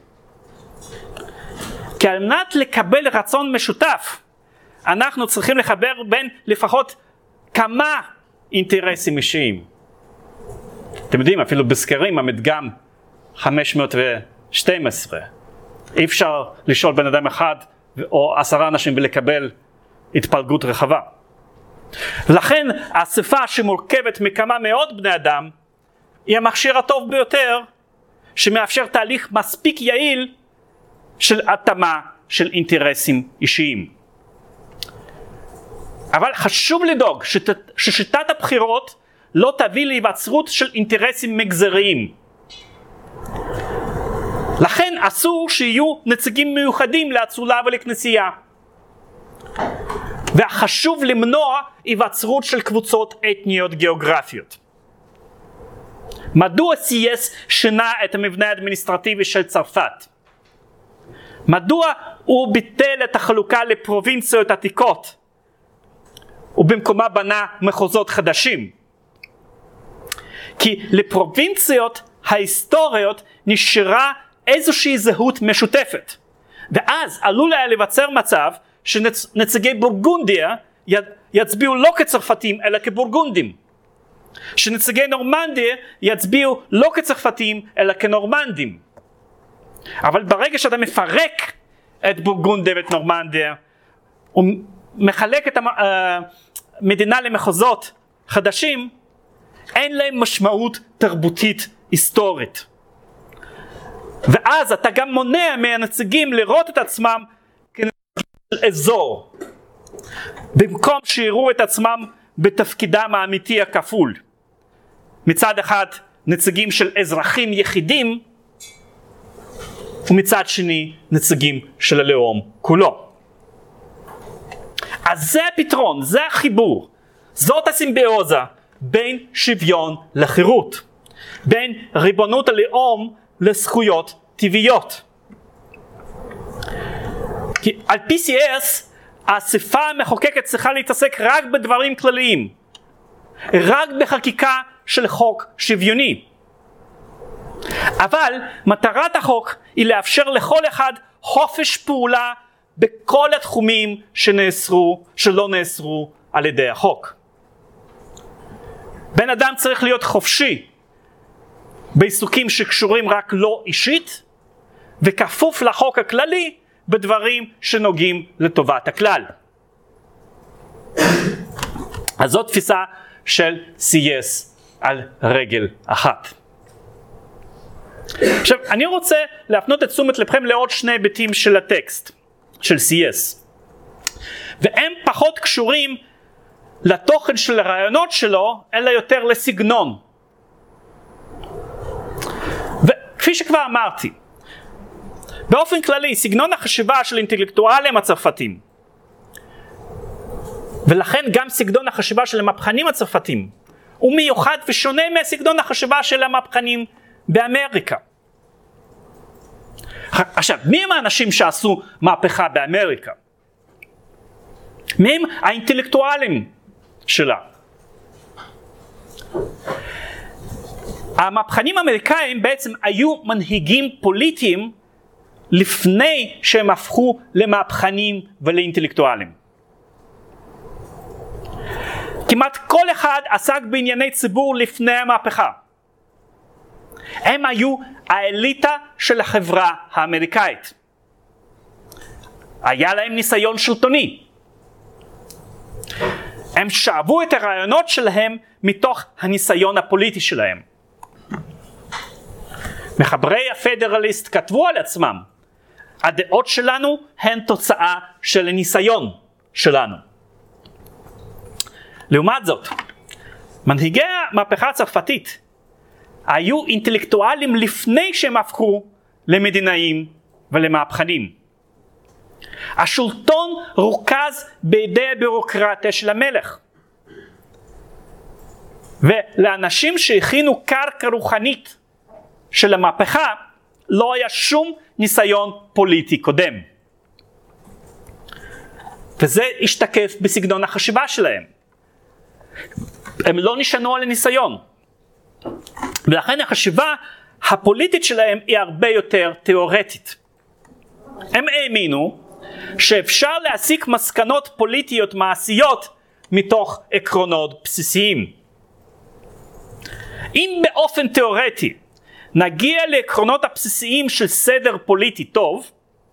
כי על מנת לקבל רצון משותף, אנחנו צריכים לחבר בין לפחות כמה אינטרסים אישיים. אתם יודעים, אפילו בסקרים המדגם 512, אי אפשר לשאול בן אדם אחד או 10 אנשים ולקבל התפלגות רחבה. ולכן האספה שמורכבת מכמה מאות בני אדם היא המכשיר הטוב ביותר שמאפשר תהליך מספיק יעיל של התאמה של אינטרסים אישיים. אבל חשוב לדאוג ששיטת הבחירות לא תביא להיווצרות של אינטרסים מגזריים. לכן אסור שיהיו נציגים מיוחדים לאצולה ולכנסייה. וחשוב למנוע היווצרות של קבוצות אתניות גיאוגרפיות. מדוע סייס שינה את המבנה האדמיניסטרטיבי של צרפת? מדוע הוא ביטל את החלוקה לפרובינציות עתיקות ובמקומה בנה מחוזות חדשים? כי לפרובינציות ההיסטוריות נשארה איזושהי זהות משותפת, ואז עלול היה לבצר מצב שנציגי בורגונדיה יצביעו לא כצרפתים אלא כבורגונדים, שנציגי נורמנדיה יצביעו לא כצרפתים אלא כנורמנדים. אבל ברגע שאתה מפרק את בורגונדיה ואת נורמנדיה ומחלק את המדינה למחוזות חדשים, אין להם משמעות תרבותית היסטורית. ואז אתה גם מונע מהנציגים לראות את עצמם כאזור, במקום שיראו את עצמם בתפקידם האמיתי הכפול. מצד אחד נציגים של אזרחים יחידים, ומצד שני נציגים של הלאום כולו. אז זה הפתרון, זה החיבור, זאת הסימביוזה בין שוויון לחירות, בין ריבונות הלאום לזכויות טבעיות. כי על PCS האספה המחוקקת צריכה להתעסק רק בדברים כלליים, רק בחקיקה של חוק שוויוני. אבל מטרת החוק היא לאפשר לכל אחד חופש פעולה בכל התחומים שלא נאסרו על ידי החוק. בן אדם צריך להיות חופשי בעיסוקים שקשורים רק לו אישית, וכפוף לחוק הכללי בדברים שנוגעים לטובת הכלל. אז זאת תפיסה של סייס על רגל אחת. עכשיו, אני רוצה להפנות את תשומת לבכם לעוד 2 היבטים של הטקסט, של סייס. והם פחות קשורים לתוכן של הרעיונות שלו, אלא יותר לסגנון. וכפי שכבר אמרתי, באופן כללי, סגנון החשיבה של אינטלקטואלים הצרפתים, ולכן גם סגנון החשיבה של המהפכנים הצרפתים, הוא מיוחד ושונה מסגנון החשיבה של המהפכנים באמריקה. עכשיו, מי הם האנשים שעשו מהפכה באמריקה? מי הם האינטלקטואלים שלה? המהפכנים האמריקאים בעצם היו מנהיגים פוליטיים לפני שהם הפכו למהפכנים ולאינטלקטואלים. כמעט כל אחד עסק בענייני ציבור לפני המהפכה. הם היו האליטה של החברה האמריקאית. היה להם ניסיון שלטוני. הם שאבו את הרעיונות שלהם מתוך הניסיון הפוליטי שלהם. מחברי הפדרליסט כתבו על עצמם, הדעות שלנו הן תוצאה של הניסיון שלנו. לעומת זאת, מנהיגי המהפכה הצרפתית היו אינטלקטואלים לפני שהם הפכו למדינאים ולמהפכנים. השלטון רוכז בידי הבירוקרטיה של המלך. ולאנשים שהכינו קרקע רוחנית של המהפכה לא היה שום ניסיון פוליטי קודם. וזה השתקף בסגנון החשיבה שלהם. הם לא נשענו על הניסיון. ולכן החשיבה הפוליטית שלהם היא הרבה יותר תיאורטית. הם האמינו שאפשר להסיק מסקנות פוליטיות מעשיות מתוך עקרונות בסיסיים. אם באופן תיאורטי נגיע לעקרונות הבסיסיים של סדר פוליטי טוב,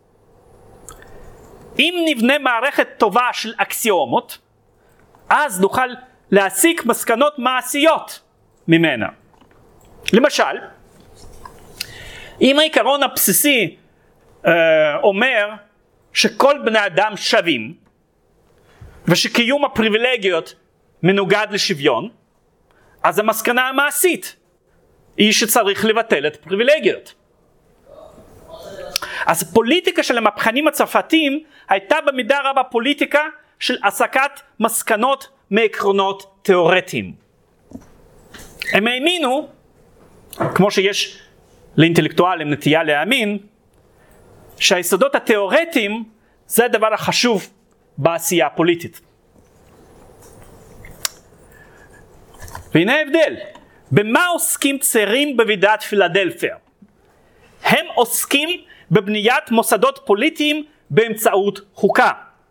אם נבנה מערכת טובה של אקסיומות, אז נוכל להסיק מסקנות מעשיות ממנה. למשל, אם העיקרון הבסיסי אומר שכל בני אדם שווים, ושקיום הפריבילגיות מנוגד לשוויון, אז המסקנה המעשית היא שצריך לבטל את הפריבילגיות. אז הפוליטיקה של המהפכנים הצרפתיים הייתה במידה רבה פוליטיקה של הסקת מסקנות מעקרונות תיאורטיים. הם האמינו, כמו שיש לאינטלקטואלים נטייה להאמין, שהיסודות התיאורטיים זה הדבר החשוב בעשייה הפוליטית. והנה ההבדל. במה עוסקים צעירים בוועידת פילדלפיה? הם עוסקים בבניית מוסדות פוליטיים באמצעות חוקה.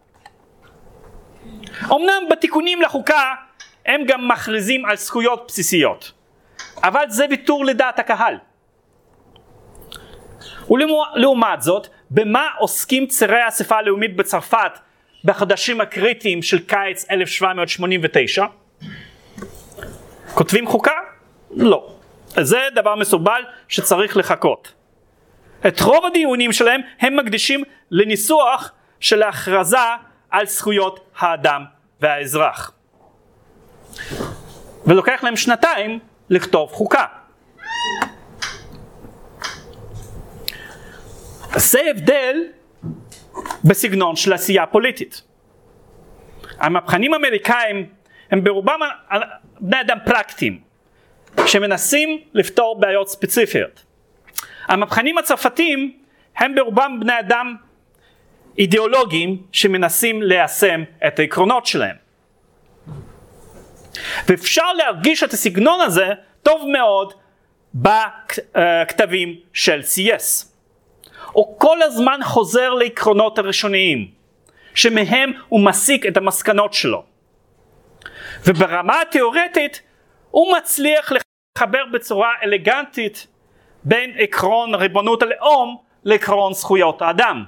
אמנם בתיקונים לחוקה הם גם מכריזים על זכויות בסיסיות, אבל זה ויתור לדעת הקהל. ולעומת זאת, במה עוסקים צעירי האספה הלאומית בצרפת בחודשים הקריטיים של קיץ 1789? כותבים חוקה? לא. זה דבר מסורבל שצריך לחכות. את רוב הדיונים שלהם הם מקדישים לניסוח של ההכרזה על זכויות האדם והאזרח. ולוקח להם שנתיים לכתוב חוקה. זה הבדל בסגנון של עשייה פוליטית. המהפכנים האמריקאים הם ברובם בני אדם פרקטיים, שמנסים לפתור בעיות ספציפיות. המהפכנים הצרפתיים הם ברובם בני אדם אידיאולוגיים שמנסים ליישם את העקרונות שלהם. ואפשר להרגיש את הסגנון הזה טוב מאוד בכתבים של סייס. הוא כל הזמן חוזר לעקרונות הראשוניים, שמהם הוא מסיק את המסקנות שלו. וברמה התיאורטית הוא מצליח לחבר בצורה אלגנטית בין עקרון ריבונות הלאום לעקרון זכויות האדם.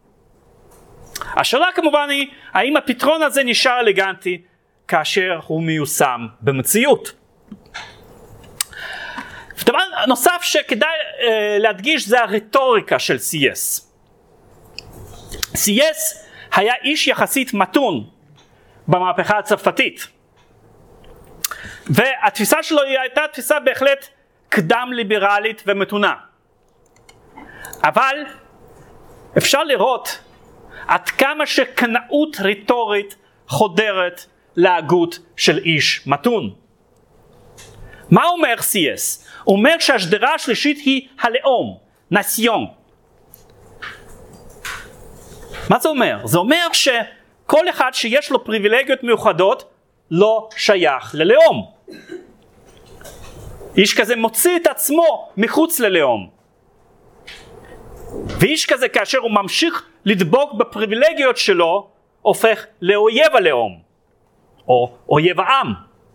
השאלה כמובן היא, האם הפתרון הזה נשאר אלגנטי כאשר הוא מיושם במציאות? דבר נוסף שכדאי להדגיש זה הרטוריקה של סייס. סייס היה איש יחסית מתון במהפכה הצרפתית. והתפיסה שלו הייתה תפיסה בהחלט קדם ליברלית ומתונה. אבל אפשר לראות עד כמה שקנאות רטורית חודרת להגות של איש מתון. מה אומר סייס? הוא אומר שהשדרה השלישית היא הלאום, נסיון. מה זה אומר? זה אומר שכל אחד שיש לו פריבילגיות מיוחדות לא שייך ללאום. איש כזה מוציא את עצמו מחוץ ללאום. ואיש כזה כאשר הוא ממשיך לדבוק בפריבילגיות שלו, הופך לאויב הלאום, או אויב העם.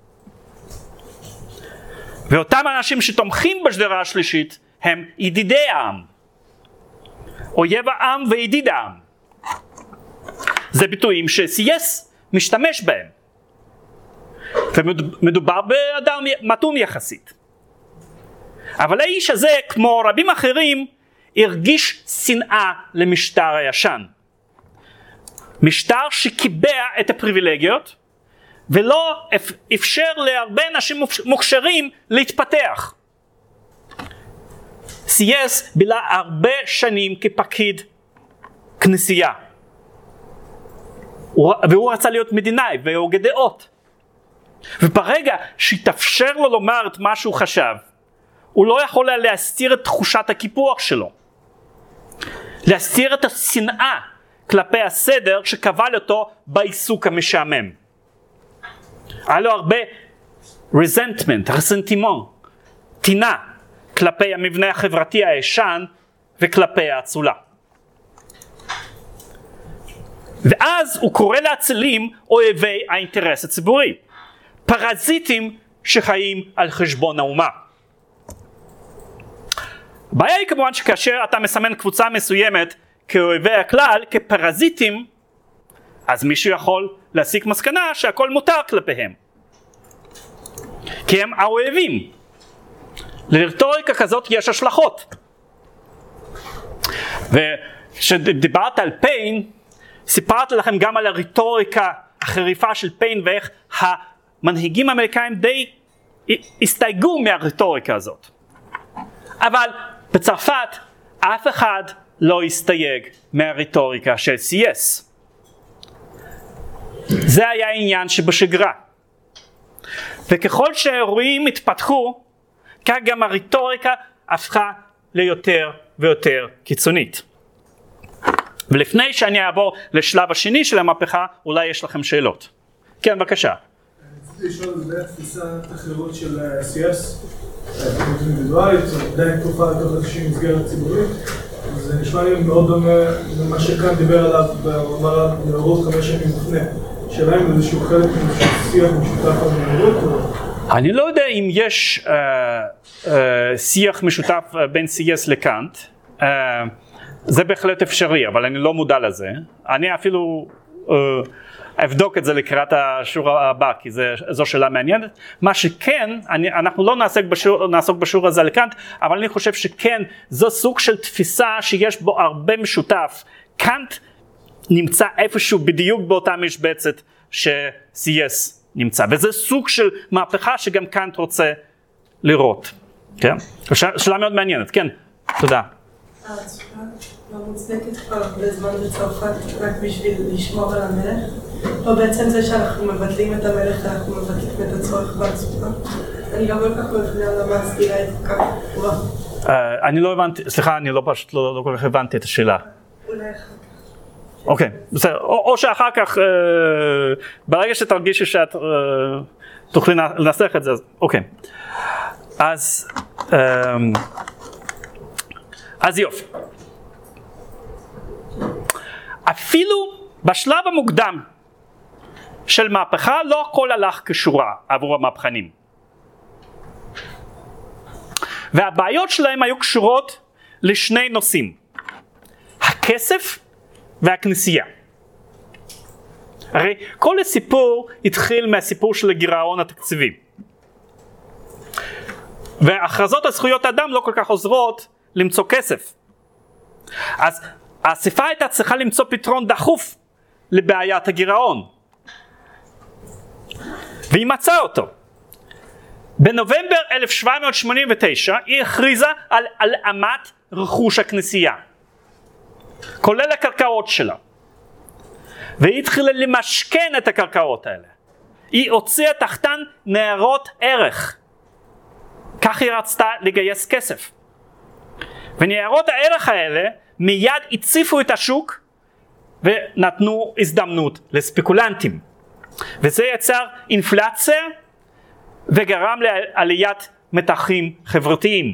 ואותם אנשים שתומכים בשדרה השלישית הם ידידי העם. אויב העם וידיד העם. זה ביטויים שסייס משתמש בהם. ומדובר באדם מתון יחסית. אבל האיש הזה, כמו רבים אחרים, הרגיש שנאה למשטר הישן. משטר שקיבע את הפריבילגיות, ולא אפשר להרבה אנשים מוכשרים להתפתח. סייס בילה הרבה שנים כפקיד כנסייה. והוא רצה להיות מדינאי והוגה דעות. וברגע שהתאפשר לו לומר את מה שהוא חשב, הוא לא יכול היה להסתיר את תחושת הקיפוח שלו, להסתיר את השנאה כלפי הסדר שקבל אותו בעיסוק המשעמם. היה לו הרבה רסנטימון, טינה כלפי המבנה החברתי הישן וכלפי האצולה. ואז הוא קורא לעצלים אויבי האינטרס הציבורי, פרזיטים שחיים על חשבון האומה. הבעיה היא כמובן שכאשר אתה מסמן קבוצה מסוימת כאויבי הכלל, כפרזיטים, אז מישהו יכול להסיק מסקנה שהכל מותר כלפיהם, כי הם האויבים. לרטוריקה כזאת יש השלכות. וכשדיברת על פיין, סיפרתי לכם גם על הרטוריקה החריפה של פיין, ואיך המנהיגים האמריקאים די הסתייגו מהרטוריקה הזאת. אבל בצרפת אף אחד לא הסתייג מהרטוריקה של CS. זה היה העניין שבשגרה. וככל שהאירועים התפתחו, כך גם הרטוריקה הפכה ליותר ויותר קיצונית. ולפני שאני אעבור לשלב השני של המהפכה, אולי יש לכם שאלות. כן, בבקשה. רציתי לשאול לגבי התפיסת החירות של CS, תרבות אינדיבידואלית, עדיין כרוכה לתוך איזושהי מסגרת ציבורית. זה נשמע לי מאוד דומה למה שכאן דיבר עליו במאמר נאורות 5 שנים לפני. שאלה אם איזשהו חלק מאיזשהו שיח משותף על נאורות? אני לא יודע אם יש שיח משותף בין CS לקאנט. זה בהחלט אפשרי, אבל אני לא מודע לזה. אני אפילו אבדוק את זה לקראת השיעור הבא, כי זו שאלה מעניינת. מה שכן, אנחנו לא נעסוק בשיעור הזה לקאנט, אבל אני חושב שכן, זו סוג של תפיסה שיש בו הרבה משותף. קאנט נמצא איפשהו בדיוק באותה משבצת ש-CS נמצא, וזה סוג של מהפכה שגם קאנט רוצה לראות. כן? שאלה מאוד מעניינת. כן, תודה. ההצפה לא מוצדקת כבר הרבה זמן בצרפת רק בשביל לשמור על המלך, או בעצם זה שאנחנו מבטלים את המלך אנחנו מבטלים את הצורך בהצפה. אני לא כל כך מבינה למה הסתירה היא כל כך גבוהה. אני לא הבנתי, סליחה, אני פשוט לא כל כך הבנתי את השאלה. אולי אחר כך. אוקיי, בסדר, או שאחר כך, ברגע שתרגישי שאת תוכלי לנסח את זה, אז אוקיי. אז יופי. אפילו בשלב המוקדם של מהפכה לא הכל הלך כשורה עבור המהפכנים. והבעיות שלהם היו קשורות לשני נושאים. הכסף והכנסייה. הרי כל הסיפור התחיל מהסיפור של הגירעון התקציבי. והכרזות על זכויות האדם לא כל כך עוזרות למצוא כסף. אז האספה הייתה צריכה למצוא פתרון דחוף לבעיית הגירעון. והיא מצאה אותו. בנובמבר 1789 היא הכריזה על הלאמת רכוש הכנסייה, כולל הקרקעות שלה. והיא התחילה למשכן את הקרקעות האלה. היא הוציאה תחתן נערות ערך. כך היא רצתה לגייס כסף. וניירות הערך האלה מיד הציפו את השוק ונתנו הזדמנות לספקולנטים. וזה יצר אינפלציה וגרם לעליית מתחים חברתיים.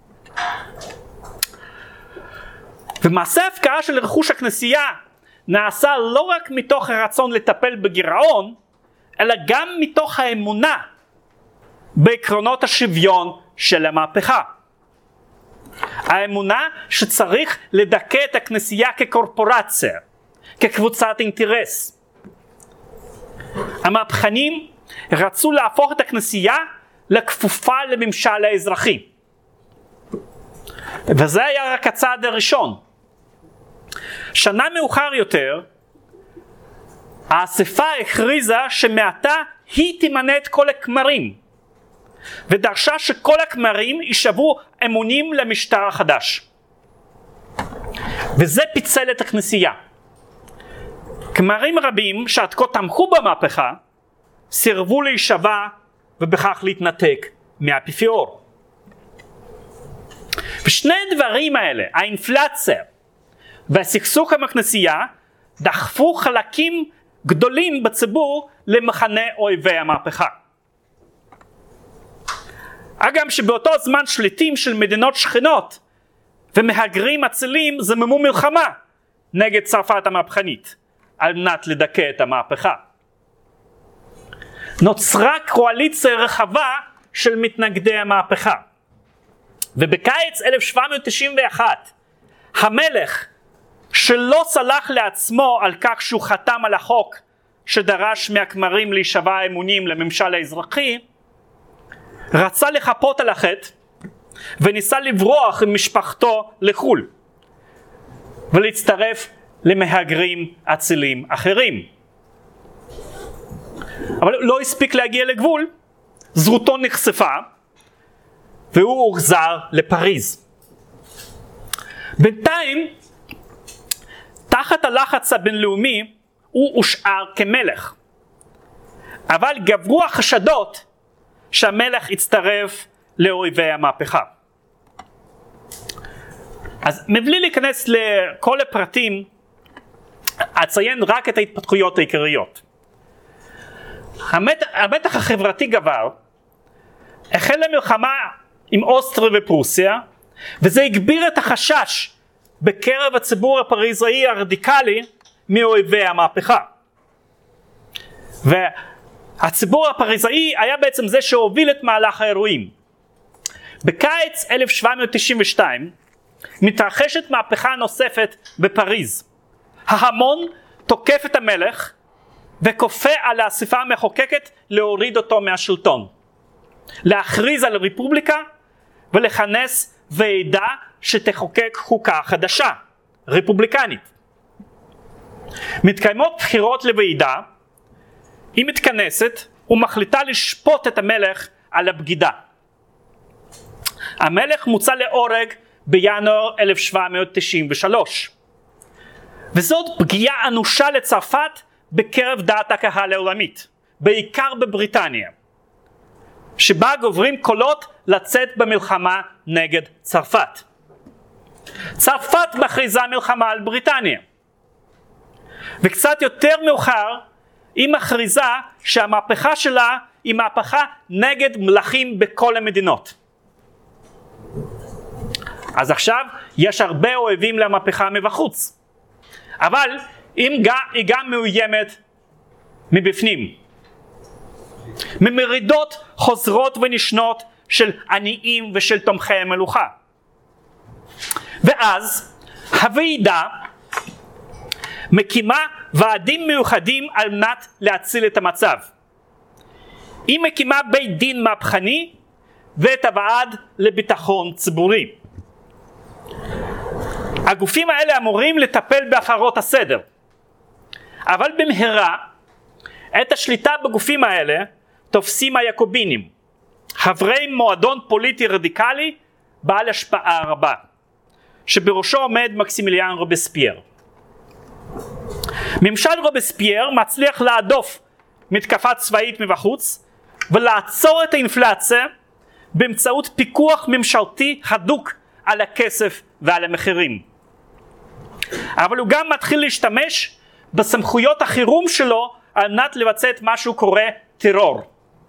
ומעשה ההפקעה של רכוש הכנסייה נעשה לא רק מתוך הרצון לטפל בגירעון, אלא גם מתוך האמונה בעקרונות השוויון של המהפכה. האמונה שצריך לדכא את הכנסייה כקורפורציה, כקבוצת אינטרס. המהפכנים רצו להפוך את הכנסייה לכפופה לממשל האזרחי. וזה היה רק הצעד הראשון. שנה מאוחר יותר, האספה הכריזה שמעתה היא תמנה את כל הכמרים, ודרשה שכל הכמרים יישבו אמונים למשטר החדש. וזה פיצל את הכנסייה. כמרים רבים שעד כה תמכו במהפכה, סירבו להישבע ובכך להתנתק מהאפיפיור. ושני הדברים האלה, האינפלציה והסכסוך עם הכנסייה, דחפו חלקים גדולים בציבור למחנה אויבי המהפכה. אגב שבאותו זמן שליטים של מדינות שכנות ומהגרים אצילים זממו מלחמה נגד צרפת המהפכנית על מנת לדכא את המהפכה. נוצרה קואליציה רחבה של מתנגדי המהפכה. ובקיץ 1791 המלך, שלא סלח לעצמו על כך שהוא חתם על החוק שדרש מהכמרים להישבע אמונים לממשל האזרחי, רצה לחפות על החטא וניסה לברוח עם משפחתו לחו"ל ולהצטרף למהגרים אצילים אחרים. אבל לא הספיק להגיע לגבול, זרותו נחשפה והוא הוחזר לפריז. בינתיים, תחת הלחץ הבינלאומי הוא הושאר כמלך, אבל גברו החשדות שהמלך הצטרף לאויבי המהפכה. אז מבלי להיכנס לכל הפרטים, אציין רק את ההתפתחויות העיקריות. המתח החברתי גבר, החלה מלחמה עם אוסטריה ופרוסיה, וזה הגביר את החשש בקרב הציבור הפריזאי הרדיקלי מאויבי המהפכה. והציבור הפריזאי היה בעצם זה שהוביל את מהלך האירועים. בקיץ 1792 מתרחשת מהפכה נוספת בפריז. ההמון תוקף את המלך וכופה על האספה המחוקקת להוריד אותו מהשלטון, להכריז על רפובליקה ולכנס ועידה שתחוקק חוקה חדשה, רפובליקנית. מתקיימות בחירות לוועידה, היא מתכנסת ומחליטה לשפוט את המלך על הבגידה. המלך מוצא להורג בינואר 1793, וזאת פגיעה אנושה לצרפת בקרב דעת הקהל העולמית, בעיקר בבריטניה, שבה גוברים קולות לצאת במלחמה נגד צרפת. צרפת מכריזה מלחמה על בריטניה, וקצת יותר מאוחר היא מכריזה שהמהפכה שלה היא מהפכה נגד מלכים בכל המדינות. אז עכשיו יש הרבה אוהבים למהפכה מבחוץ, אבל היא גם מאוימת מבפנים, ממרידות חוזרות ונשנות של עניים ושל תומכי המלוכה. ואז הוועידה מקימה ועדים מיוחדים על מנת להציל את המצב. היא מקימה בית דין מהפכני ואת הוועד לביטחון ציבורי. הגופים האלה אמורים לטפל בהפרות הסדר, אבל במהרה את השליטה בגופים האלה תופסים היעקובינים, חברי מועדון פוליטי רדיקלי בעל השפעה רבה, שבראשו עומד מקסימיליאן רובספייר. ממשל רובספייר מצליח להדוף מתקפה צבאית מבחוץ ולעצור את האינפלציה באמצעות פיקוח ממשלתי הדוק על הכסף ועל המחירים. אבל הוא גם מתחיל להשתמש בסמכויות החירום שלו על מנת לבצע את מה שהוא קורא טרור.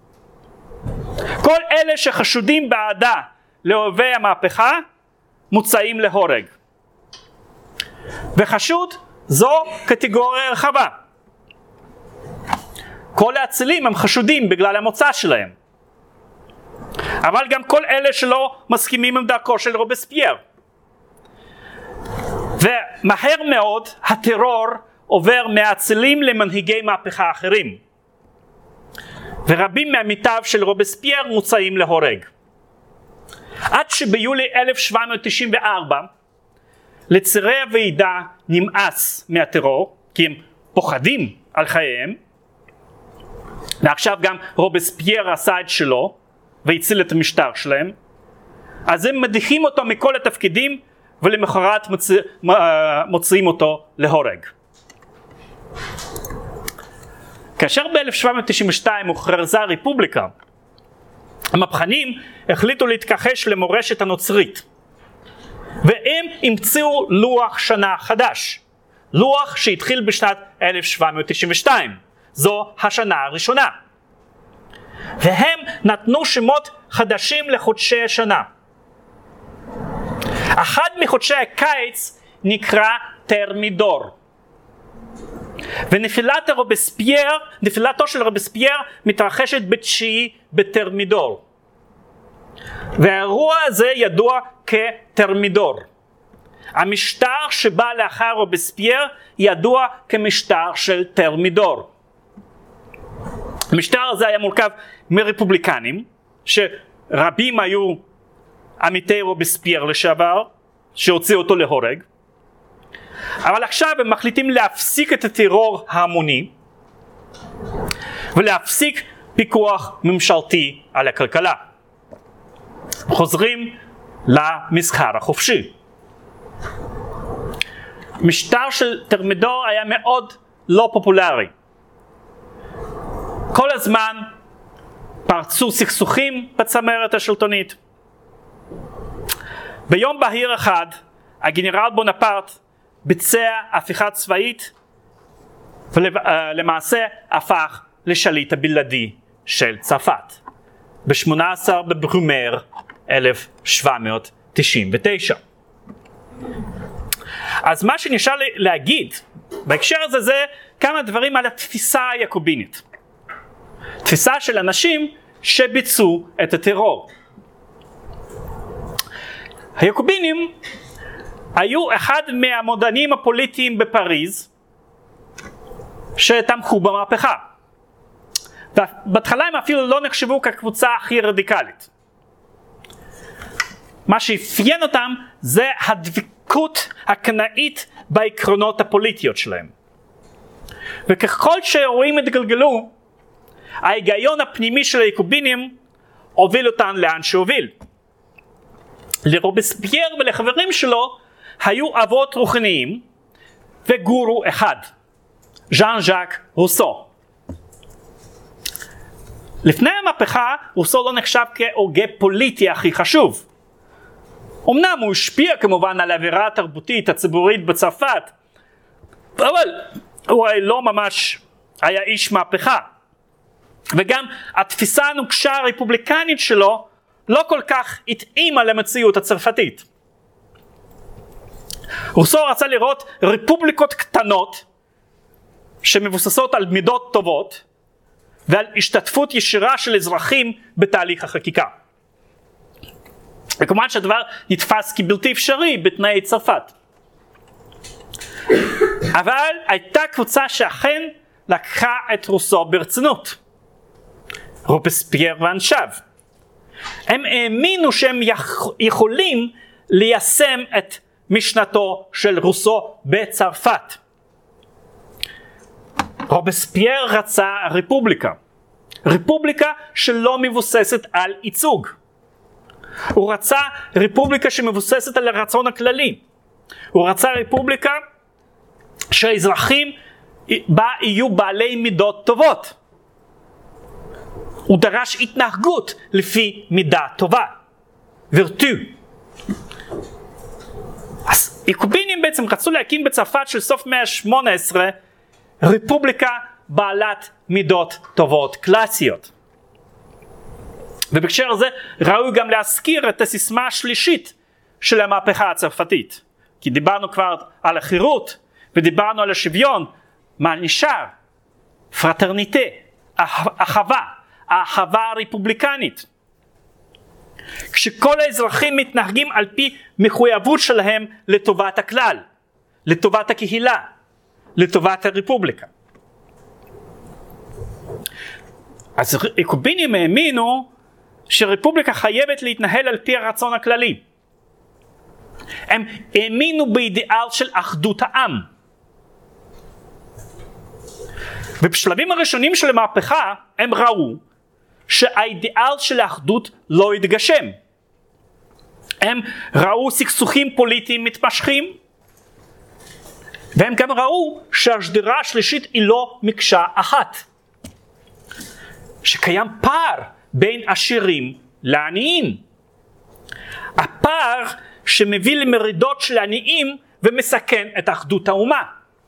כל אלה שחשודים בעדה לאויבי המהפכה מוצאים להורג. וחשוד זו קטגוריה רחבה. כל האצילים הם חשודים בגלל המוצא שלהם, אבל גם כל אלה שלא מסכימים עם דרכו של רובספייר. ומהר מאוד הטרור עובר מהאצילים למנהיגי מהפכה אחרים, ורבים מעמיתיו של רובספייר מוצאים להורג. עד שביולי 1794 לצירי הוועידה נמאס מהטרור, כי הם פוחדים על חייהם, ועכשיו גם רובספייר עשה את שלו והציל את המשטר שלהם, אז הם מדיחים אותו מכל התפקידים ולמחרת מוציאים אותו להורג. כאשר ב-1792 הוכרזה רפובליקה, המהפכנים החליטו להתכחש למורשת הנוצרית, והם המציאו לוח שנה חדש, לוח שהתחיל בשנת 1792, זו השנה הראשונה, והם נתנו שמות חדשים לחודשי השנה. אחד מחודשי הקיץ נקרא תרמידור, ונפילתו של רובספייר מתרחשת ב9 בתרמידור, והאירוע הזה ידוע כתרמידור. המשטר שבא לאחר רובספייר ידוע כמשטר של תרמידור. המשטר הזה היה מורכב מרפובליקנים, שרבים היו עמיתי רובספייר לשעבר, שהוציאו אותו להורג, אבל עכשיו הם מחליטים להפסיק את הטרור ההמוני, ולהפסיק פיקוח ממשלתי על הכלכלה. חוזרים למסחר החופשי. משטר של תרמידור היה מאוד לא פופולרי. כל הזמן פרצו סכסוכים בצמרת השלטונית. ביום בהיר אחד הגנרל בונפרט ביצע הפיכה צבאית ולמעשה הפך לשליט הבלעדי של צרפת ב-18 בברומר 1799. אז מה שנשאר להגיד בהקשר הזה זה כמה דברים על התפיסה היעקובינית, תפיסה של אנשים שביצעו את הטרור. היעקובינים היו אחד מהמודענים הפוליטיים בפריז שתמכו במהפכה. בהתחלה הם אפילו לא נחשבו כקבוצה הכי רדיקלית. מה שאפיין אותם זה הדבקות הקנאית בעקרונות הפוליטיות שלהם. וככל שהאירועים התגלגלו, ההיגיון הפנימי של היעקובינים הוביל אותם לאן שהוביל. לרובספייר ולחברים שלו היו אבות רוחניים וגורו אחד, ז'אן ז'אק רוסו. לפני המהפכה רוסו לא נחשב כהוגה פוליטי הכי חשוב. אמנם הוא השפיע כמובן על האווירה התרבותית הציבורית בצרפת, אבל הוא לא ממש היה איש מהפכה. וגם התפיסה הנוקשה הרפובליקנית שלו לא כל כך התאימה למציאות הצרפתית. רוסו רצה לראות רפובליקות קטנות שמבוססות על מידות טובות ועל השתתפות ישירה של אזרחים בתהליך החקיקה. וכמובן שהדבר נתפס כבלתי אפשרי בתנאי צרפת. אבל הייתה קבוצה שאכן לקחה את רוסו ברצינות, רובספייר ואנשיו. הם האמינו שהם יכולים ליישם את משנתו של רוסו בצרפת. רובספייר רצה רפובליקה שלא מבוססת על ייצוג. הוא רצה רפובליקה שמבוססת על הרצון הכללי. הוא רצה רפובליקה שהאזרחים בה יהיו בעלי מידות טובות. הוא דרש התנהגות לפי מידה טובה, וירטו. אז יעקובינים בעצם רצו להקים בצרפת של סוף מאה ה-18 רפובליקה בעלת מידות טובות קלאסיות. ובקשר הזה ראוי גם להזכיר את הסיסמה השלישית של המהפכה הצרפתית. כי דיברנו כבר על החירות ודיברנו על השוויון. מה נשאר? פרטרניטה, האהבה הרפובליקנית. כשכל האזרחים מתנהגים על פי מחויבות שלהם לטובת הכלל, לטובת הקהילה, לטובת הרפובליקה. אז יעקובינים האמינו שרפובליקה חייבת להתנהל על פי הרצון הכללי. הם האמינו באידיאל של אחדות העם. ובשלבים הראשונים של המהפכה הם ראו שהאידיאל של האחדות לא התגשם. הם ראו סכסוכים פוליטיים מתמשכים, והם גם ראו שהשדרה השלישית היא לא מקשה אחת. שקיים פער בין עשירים לעניים. הפער שמביא למרידות של עניים ומסכן את אחדות האומה.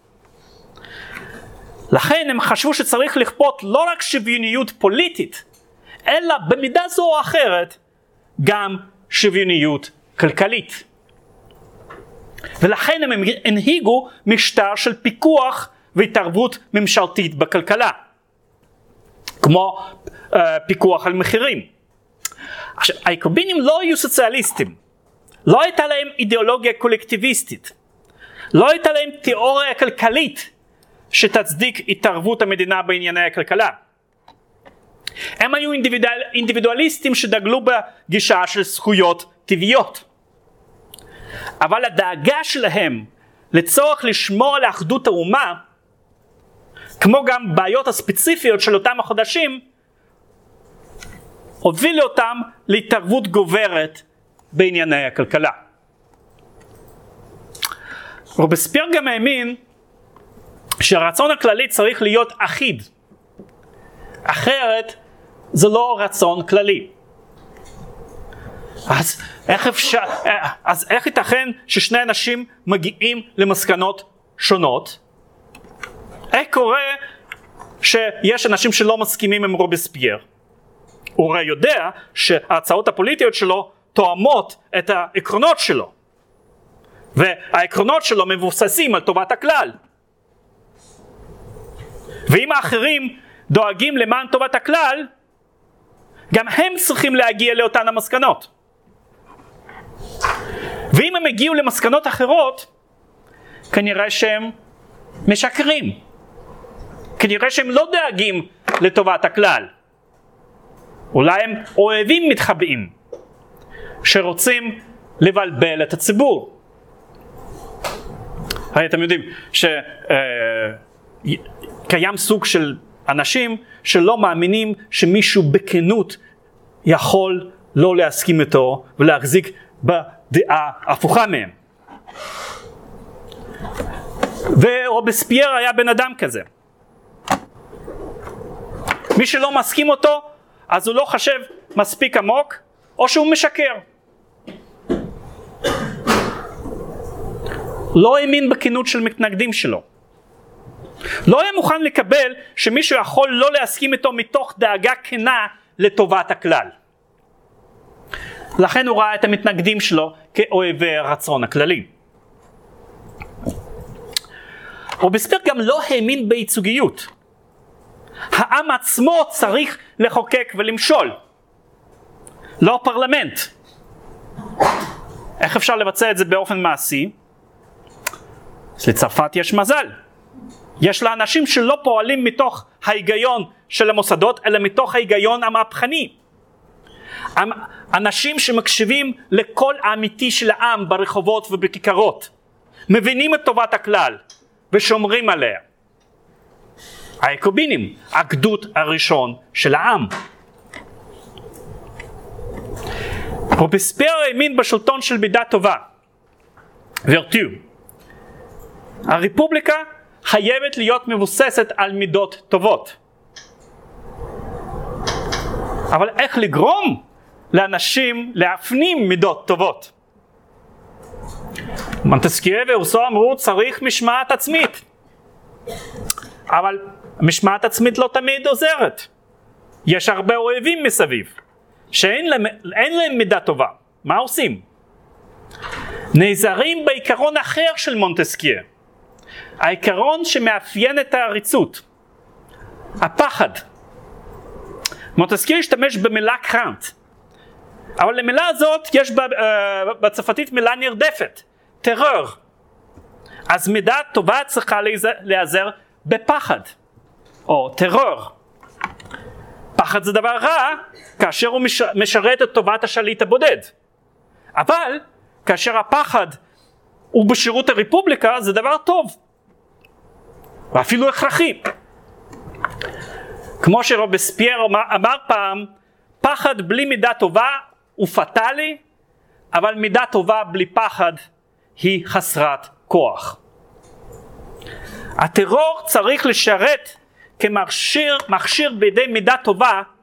לכן הם חשבו שצריך לכפות לא רק שוויוניות פוליטית, אלא במידה זו או אחרת גם שוויוניות כלכלית. ולכן הם הנהיגו משטר של פיקוח והתערבות ממשלתית בכלכלה, כמו פיקוח על מחירים. עכשיו, היעקובינים לא היו סוציאליסטים, לא הייתה להם אידיאולוגיה קולקטיביסטית, לא הייתה להם תיאוריה כלכלית שתצדיק התערבות המדינה בענייני הכלכלה. הם היו אינדיבידואליסטים שדגלו בגישה של זכויות טבעיות. אבל הדאגה שלהם לצורך לשמור על אחדות האומה, כמו גם בעיות הספציפיות של אותם החודשים, הובילו אותם להתערבות גוברת בענייני הכלכלה. רובספייר גם האמין שהרצון הכללי צריך להיות אחיד, אחרת זה לא רצון כללי. אז איך ייתכן ששני אנשים מגיעים למסקנות שונות? איך קורה שיש אנשים שלא מסכימים עם רובספייר? הוא הרי יודע שההצעות הפוליטיות שלו תואמות את העקרונות שלו, והעקרונות שלו מבוססים על טובת הכלל. ואם האחרים דואגים למען טובת הכלל, גם הם צריכים להגיע לאותן המסקנות. ואם הם הגיעו למסקנות אחרות, כנראה שהם משקרים. כנראה שהם לא דואגים לטובת הכלל. אולי הם אוהבים מתחבאים, שרוצים לבלבל את הציבור. הרי אתם יודעים שקיים סוג של אנשים שלא מאמינים שמישהו בכנות יכול לא להסכים איתו ולהחזיק בדעה הפוכה מהם. ורובספייר היה בן אדם כזה. מי שלא מסכים אותו, אז הוא לא חשב מספיק עמוק, או שהוא משקר. לא האמין בכנות של מתנגדים שלו. לא היה מוכן לקבל שמישהו יכול לא להסכים איתו מתוך דאגה כנה לטובת הכלל. לכן הוא ראה את המתנגדים שלו כאוהבי הרצון הכללי. רובספייר גם לא האמין בייצוגיות. העם עצמו צריך לחוקק ולמשול, לא פרלמנט. איך אפשר לבצע את זה באופן מעשי? לצרפת יש מזל. יש לה אנשים שלא פועלים מתוך ההיגיון של המוסדות, אלא מתוך ההיגיון המהפכני. אנשים שמקשיבים לקול האמיתי של העם ברחובות ובכיכרות, מבינים את טובת הכלל ושומרים עליה. היעקובינים, הגדוד הראשון של העם. רובספייר האמין בשלטון של מידה טובה, ורטיו. הרפובליקה חייבת להיות מבוססת על מידות טובות. אבל איך לגרום לאנשים להפנים מידות טובות? מונטסקיה ורוסו אמרו צריך משמעת עצמית. אבל משמעת עצמית לא תמיד עוזרת. יש הרבה אוהבים מסביב שאין להם מידה טובה. מה עושים? נעזרים בעיקרון אחר של מונטסקיה, העיקרון שמאפיין את העריצות, הפחד. מונטסקיה השתמש במילה קראנט, אבל למילה הזאת יש בצרפתית מילה נרדפת, טרור. אז מידה טובה צריכה להיעזר בפחד או טרור. פחד זה דבר רע כאשר הוא משרת את טובת השליט הבודד, אבל כאשר הפחד הוא בשירות הרפובליקה זה דבר טוב ואפילו הכרחי. כמו שרובספייר אמר פעם, פחד בלי מידה טובה הוא פטלי, אבל מידה טובה בלי פחד היא חסרת כוח. הטרור צריך לשרת כמכשיר בידי מידה טובה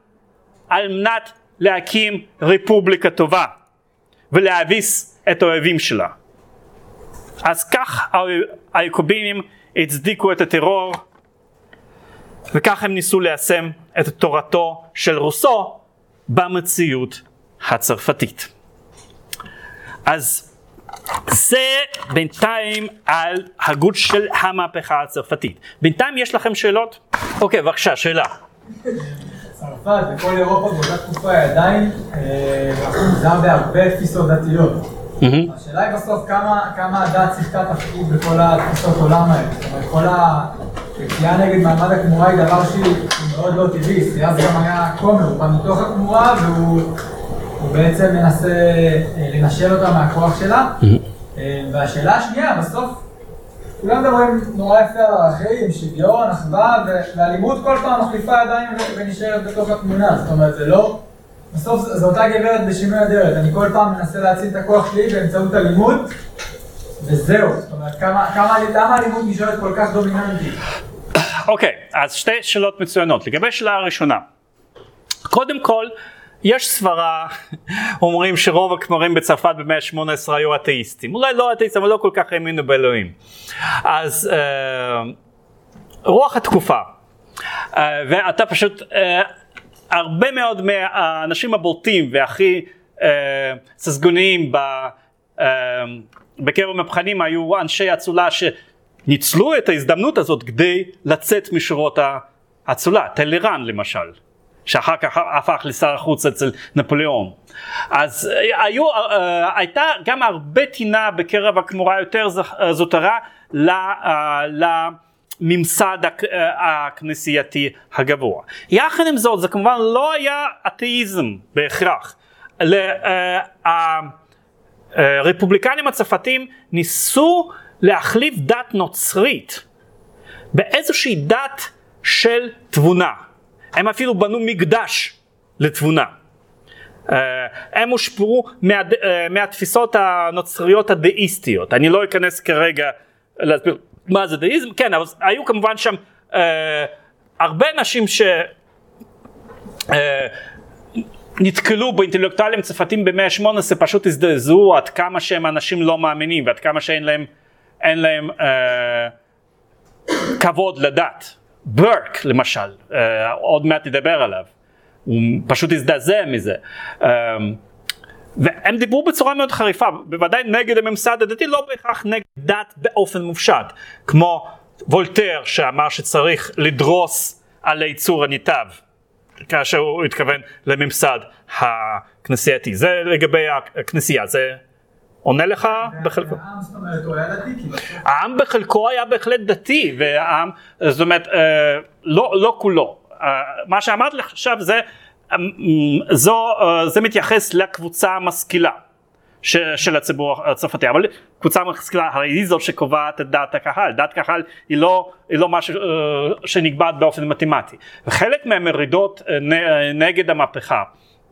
על מנת להקים רפובליקה טובה ולהביס את האויבים שלה. אז כך היעקובינים הצדיקו את הטרור, וכך הם ניסו ליישם את תורתו של רוסו במציאות הצרפתית. אז זה בינתיים על הגות של המהפכה הצרפתית. בינתיים יש לכם שאלות? אוקיי, בבקשה, שאלה. צרפת וכל אירופה באותה תקופה היא עדיין מוגזם בהרבה תפיסות דתיות. השאלה היא בסוף כמה הדת שיחקה תפקיד בכל התפיסות עולם האלה. זאת אומרת, כל היציאה נגד מעמד הכמורה היא דבר שהיא מאוד לא טבעי. אז גם היה כומר, הוא בא מתוך הכמורה והוא בעצם מנסה לנשל אותה מהכוח שלה. והשאלה השנייה, בסוף כולם מדברים נורא יפה על ערכים, שוויון, אחווה, והלימוד כל פעם מחליפה ידיים ונשארת בתוך התמונה. זאת אומרת, זה לא... בסוף זו אותה גברת בשינוי אדרת. אני כל פעם מנסה להציל את הכוח שלי באמצעות הלימוד, וזהו. זאת אומרת, למה הלימוד נשארת כל כך דומיננטית? אוקיי, אז שתי שאלות מצוינות. לגבי שאלה הראשונה. קודם כל, יש סברה, אומרים שרוב הכמרים בצרפת במאה ה-18 היו אתאיסטים. אולי לא אתאיסטים, אבל לא כל כך האמינו באלוהים. אז רוח התקופה, ואתה פשוט, הרבה מאוד מהאנשים הבולטים והכי ססגוניים בקרב המהפכנים היו אנשי אצולה שניצלו את ההזדמנות הזאת כדי לצאת משורות האצולה. טלרן למשל, שאחר כך הפך לשר החוץ אצל נפוליאון. אז הייתה גם הרבה טינה בקרב הכמורה יותר זוטרה לממסד הכנסייתי הגבוה. יחד עם זאת, זה כמובן לא היה אתאיזם בהכרח. הרפובליקנים הצרפתים ניסו להחליף דת נוצרית באיזושהי דת של תבונה. הם אפילו בנו מקדש לתבונה. הם הושפעו מהתפיסות הנוצריות הדאיסטיות. אני לא אכנס כרגע להסביר מה זה דאיזם. כן, אבל היו כמובן שם הרבה אנשים נתקלו באינטלקטואלים צרפתים במאה ה-18, פשוט הזדעזעו עד כמה שהם אנשים לא מאמינים ועד כמה שאין להם כבוד לדת. ברק למשל, עוד מעט נדבר עליו, הוא פשוט הזדעזע מזה, והם דיברו בצורה מאוד חריפה, בוודאי נגד הממסד הדתי, לא בהכרח נגד דת באופן מופשט, כמו וולטר שאמר שצריך לדרוס על היצור הניטב, כאשר הוא התכוון לממסד הכנסייתי. זה לגבי הכנסייה, זה עונה לך בחלקו? העם, זאת אומרת, הוא היה דתי? העם בחלקו היה בהחלט דתי, והעם, זאת אומרת, לא כולו. מה שאמרת לך עכשיו זה מתייחס לקבוצה המשכילה של הציבור הצרפתי, אבל קבוצה משכילה היא זאת שקובעת את דעת הקהל. דעת הקהל היא לא משהו שנקבעת באופן מתמטי. וחלק מהמרידות נגד המהפכה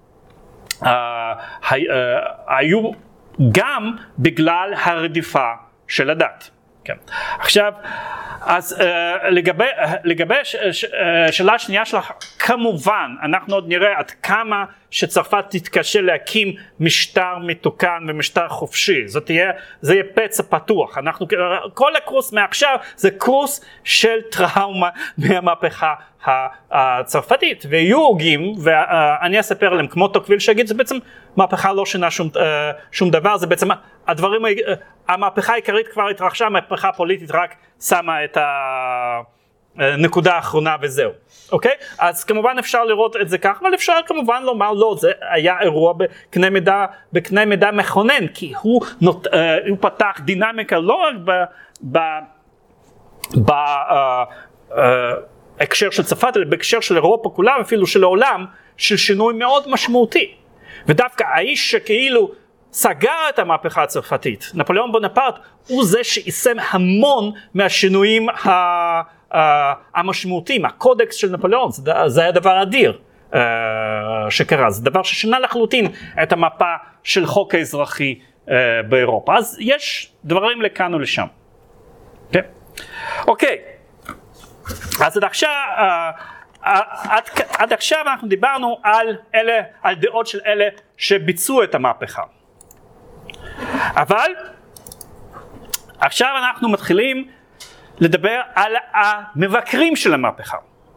היו גם בגלל הרדיפה של הדת. כן. עכשיו, אז לגבי שאלה השנייה שלך, כמובן אנחנו עוד נראה עד כמה שצרפת תתקשה להקים משטר מתוקן ומשטר חופשי. זה יהיה פצע פתוח. כל הקורס מעכשיו זה קורס של טראומה מהמהפכה הצרפתית, ויהיו הוגים, ואני אספר להם כמו טוקוויל שיגיד, זה בעצם מהפכה לא שינה שום דבר, זה בעצם המהפכה העיקרית כבר התרחשה, המהפכה הפוליטית רק שמה את הנקודה האחרונה וזהו. אוקיי? אז כמובן אפשר לראות את זה כך, אבל אפשר כמובן לומר לא, זה היה אירוע בקנה מידה מכונן, כי הוא פתח דינמיקה לא רק בהקשר של צרפת, אלא בהקשר של אירופה כולה, אפילו של העולם, של שינוי מאוד משמעותי. ודווקא האיש שכאילו סגר את המהפכה הצרפתית, נפוליאון בונפרט, הוא זה שיישם המון מהשינויים המשמעותיים. הקודקס של נפוליאון, זה היה דבר אדיר שקרה, זה דבר ששינה לחלוטין את המפה של חוק האזרחי באירופה. אז יש דברים לכאן ולשם. אוקיי, אז עד עכשיו עד עכשיו אנחנו דיברנו על דעות של אלה שביצעו את המהפכה. אבל עכשיו אנחנו מתחילים לדבר על המבקרים של המהפכה.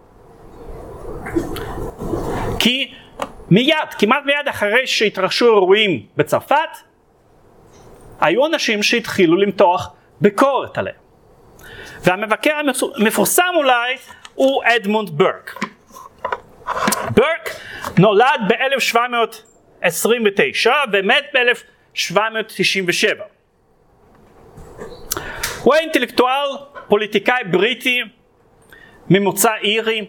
כי כמעט מיד אחרי שהתרחשו אירועים בצרפת, היו אנשים שהתחילו למתוח ביקורת עליהם. והמבקר המפורסם אולי הוא אדמונד ברק. ברק נולד ב-1729 ומת ב-1797. הוא היה אינטלקטואל, פוליטיקאי בריטי, ממוצא אירי,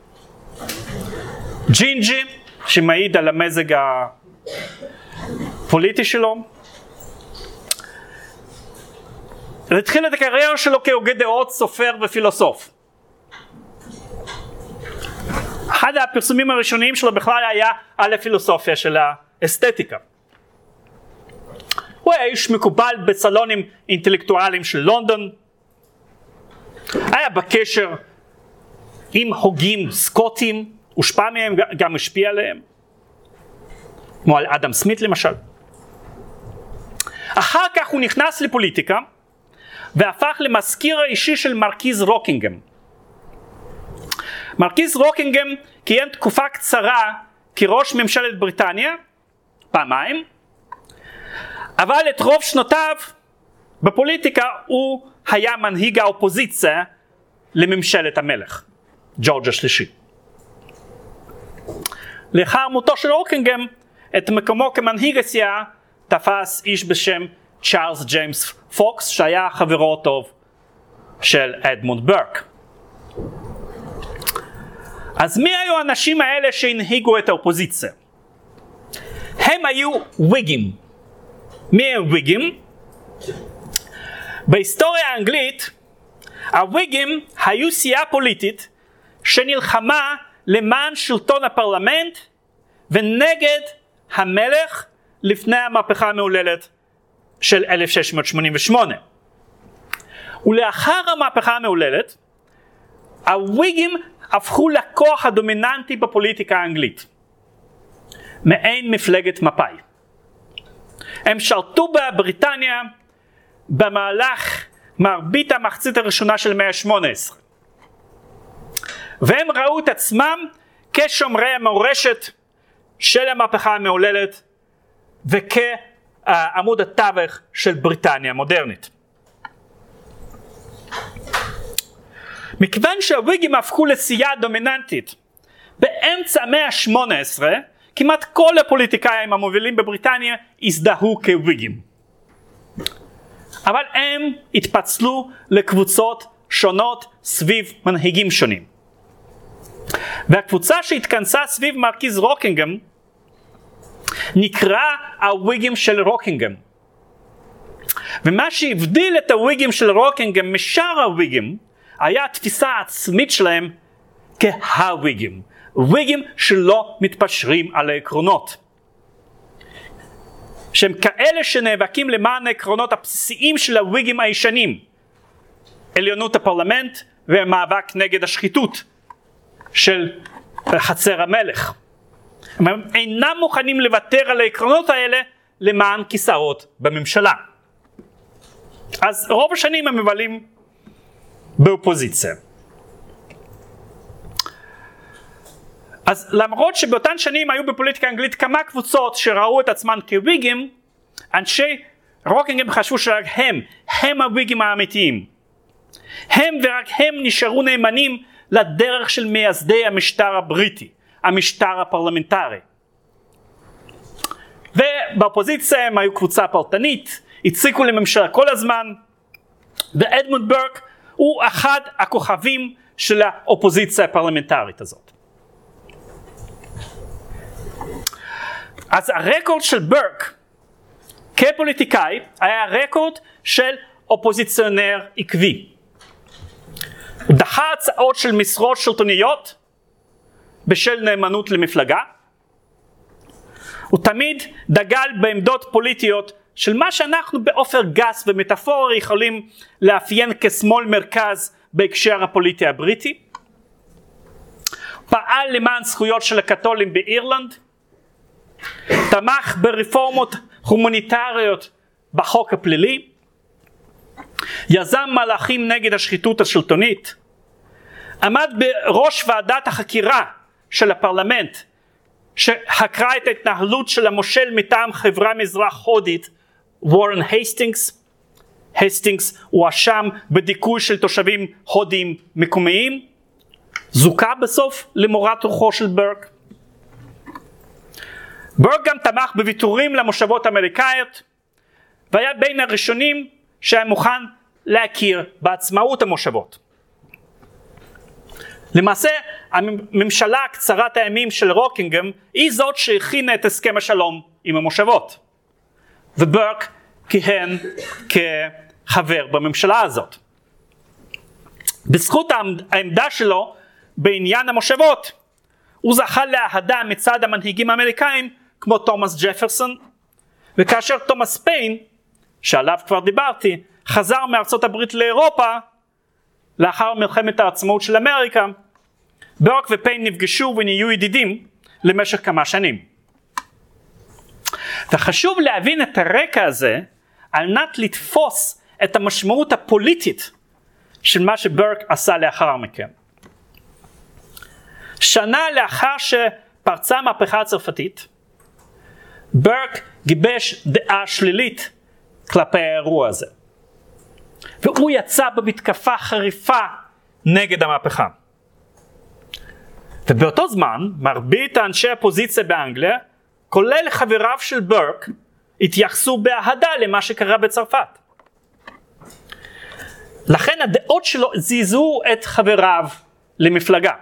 ג'ינג'י, שמעיד על המזג הפוליטי שלו. הוא התחיל את הקריירה שלו כהוגה דעות, סופר ופילוסוף. אחד הפרסומים הראשוניים שלו בכלל היה על הפילוסופיה של האסתטיקה. הוא היה איש מקובל בסלונים אינטלקטואליים של לונדון. היה בקשר עם הוגים סקוטים, הושפע מהם, גם השפיע עליהם. כמו על אדם סמית למשל. אחר כך הוא נכנס לפוליטיקה, והפך למזכיר האישי של מרקיז רוקינגהם. מרקיז רוקינגהם כיהן תקופה קצרה כראש ממשלת בריטניה, פעמיים, אבל את רוב שנותיו בפוליטיקה הוא היה מנהיג האופוזיציה לממשלת המלך, ג'ורג' השלישי. לאחר מותו של רוקינגהם, את מקומו כמנהיג הסיעה תפס איש בשם צ'ארלס ג'יימס פוקס, שהיה חברו טוב של אדמונד ברק. אז מי היו האנשים האלה שהנהיגו את האופוזיציה? הם היו וויגים. מי הם וויגים? בהיסטוריה האנגלית, הוויגים היו סיעה פוליטית שנלחמה למען שלטון הפרלמנט ונגד המלך לפני המהפכה המהוללת של 1688. ולאחר המהפכה המהוללת, הוויגים הפכו לכוח הדומיננטי בפוליטיקה האנגלית, מעין מפלגת מפא"י. הם שלטו בבריטניה במהלך מרבית המחצית הראשונה של המאה ה-18, והם ראו את עצמם כשומרי המורשת של המהפכה המהוללת וכעמוד התווך של בריטניה המודרנית. מכיוון שהוויגים הפכו לסיעה דומיננטית באמצע המאה ה-18, כמעט כל הפוליטיקאים המובילים בבריטניה הזדהו כוויגים. אבל הם התפצלו לקבוצות שונות סביב מנהיגים שונים. והקבוצה שהתכנסה סביב מרקיז רוקינגהם נקרא הוויגים של רוקינגהם. ומה שהבדיל את הוויגים של רוקינגהם משאר הוויגים היה התפיסה העצמית שלהם כהוויגים. וויגים שלא מתפשרים על העקרונות. שהם כאלה שנאבקים למען העקרונות הבסיסיים של הוויגים הישנים. עליונות הפרלמנט ומאבק נגד השחיתות של חצר המלך. הם אינם מוכנים לוותר על העקרונות האלה למען כיסאות בממשלה. אז רוב השנים הם מבלים באופוזיציה. אז למרות שבאותן שנים היו בפוליטיקה האנגלית כמה קבוצות שראו את עצמן כוויגים, אנשי רוקינגהם חשבו שרק הם הוויגים האמיתיים. הם ורק הם נשארו נאמנים לדרך של מייסדי המשטר הבריטי, המשטר הפרלמנטרי. ובאופוזיציה הם היו קבוצה פרטנית, הציקו לממשלה כל הזמן, ואדמונד ברק הוא אחד הכוכבים של האופוזיציה הפרלמנטרית הזאת. אז הרקורד של ברק כפוליטיקאי היה רקורד של אופוזיציונר עקבי. הוא דחה הצעות של משרות שלטוניות בשל נאמנות למפלגה. הוא תמיד דגל בעמדות פוליטיות של מה שאנחנו באופן גס ומטאפורי יכולים לאפיין כשמאל מרכז בהקשר הפוליטי הבריטי. פעל למען זכויות של הקתולים באירלנד, תמך ברפורמות הומניטריות בחוק הפלילי, יזם מהלכים נגד השחיתות השלטונית, עמד בראש ועדת החקירה של הפרלמנט שחקרה את ההתנהלות של המושל מטעם חברה מזרח הודית וורן הייסטינגס. הייסטינגס הואשם בדיכוי של תושבים הודיים מקומיים, זוכה בסוף למורת רוחו של ברק. ברק גם תמך בוויתורים למושבות האמריקאיות, והיה בין הראשונים שהיה מוכן להכיר בעצמאות המושבות. למעשה הממשלה קצרת הימים של רוקינגהם היא זאת שהכינה את הסכם השלום עם המושבות, וברק כיהן כחבר בממשלה הזאת. בזכות העמדה שלו בעניין המושבות הוא זכה לאהדה מצד המנהיגים האמריקאים כמו תומאס ג'פרסון, וכאשר תומאס פיין, שעליו כבר דיברתי, חזר מארצות הברית לאירופה לאחר מלחמת העצמאות של אמריקה, ברק ופיין נפגשו ונהיו ידידים למשך כמה שנים. וחשוב להבין את הרקע הזה על מנת לתפוס את המשמעות הפוליטית של מה שברק עשה לאחר מכן. שנה לאחר שפרצה המהפכה הצרפתית, ברק גיבש דעה שלילית כלפי האירוע הזה, והוא יצא במתקפה חריפה נגד המהפכה. ובאותו זמן מרבית אנשי הפוזיציה באנגליה, כולל חבריו של ברק, התייחסו באהדה למה שקרה בצרפת. לכן הדעות שלו זיזו את חבריו למפלגה.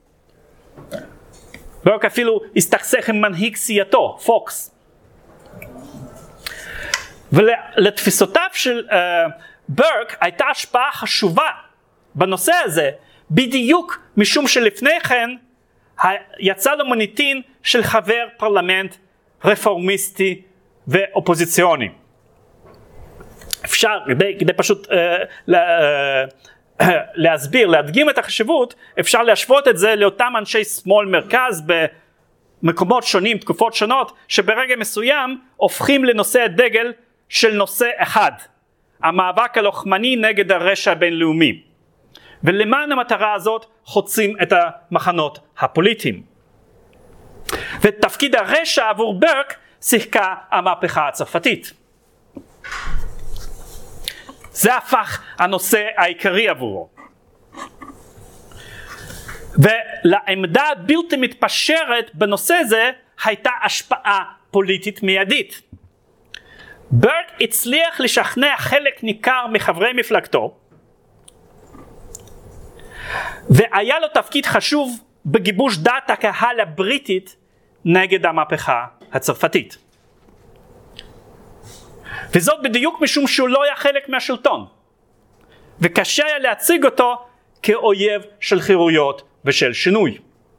ברק אפילו הסתכסך עם מנהיג סיעתו, פוקס. ולתפיסותיו של ברק הייתה השפעה חשובה בנושא הזה, בדיוק משום שלפני כן יצא לו מוניטין של חבר פרלמנט רפורמיסטי ואופוזיציוני. אפשר, כדי פשוט להסביר, להדגים את החשיבות, אפשר להשוות את זה לאותם אנשי שמאל מרכז במקומות שונים, תקופות שונות, שברגע מסוים הופכים לנושא הדגל של נושא אחד, המאבק הלוחמני נגד הרשע הבינלאומי. ולמען המטרה הזאת חוצים את המחנות הפוליטיים. ותפקיד הרשע עבור ברק שיחקה המהפכה הצרפתית. זה הפך הנושא העיקרי עבורו. ולעמדה הבלתי מתפשרת בנושא זה הייתה השפעה פוליטית מיידית. ברק הצליח לשכנע חלק ניכר מחברי מפלגתו, והיה לו תפקיד חשוב בגיבוש דעת הקהל הבריטית נגד המהפכה הצרפתית. וזאת בדיוק משום שהוא לא היה חלק מהשלטון, וקשה היה להציג אותו כאויב של חירויות ושל שינוי.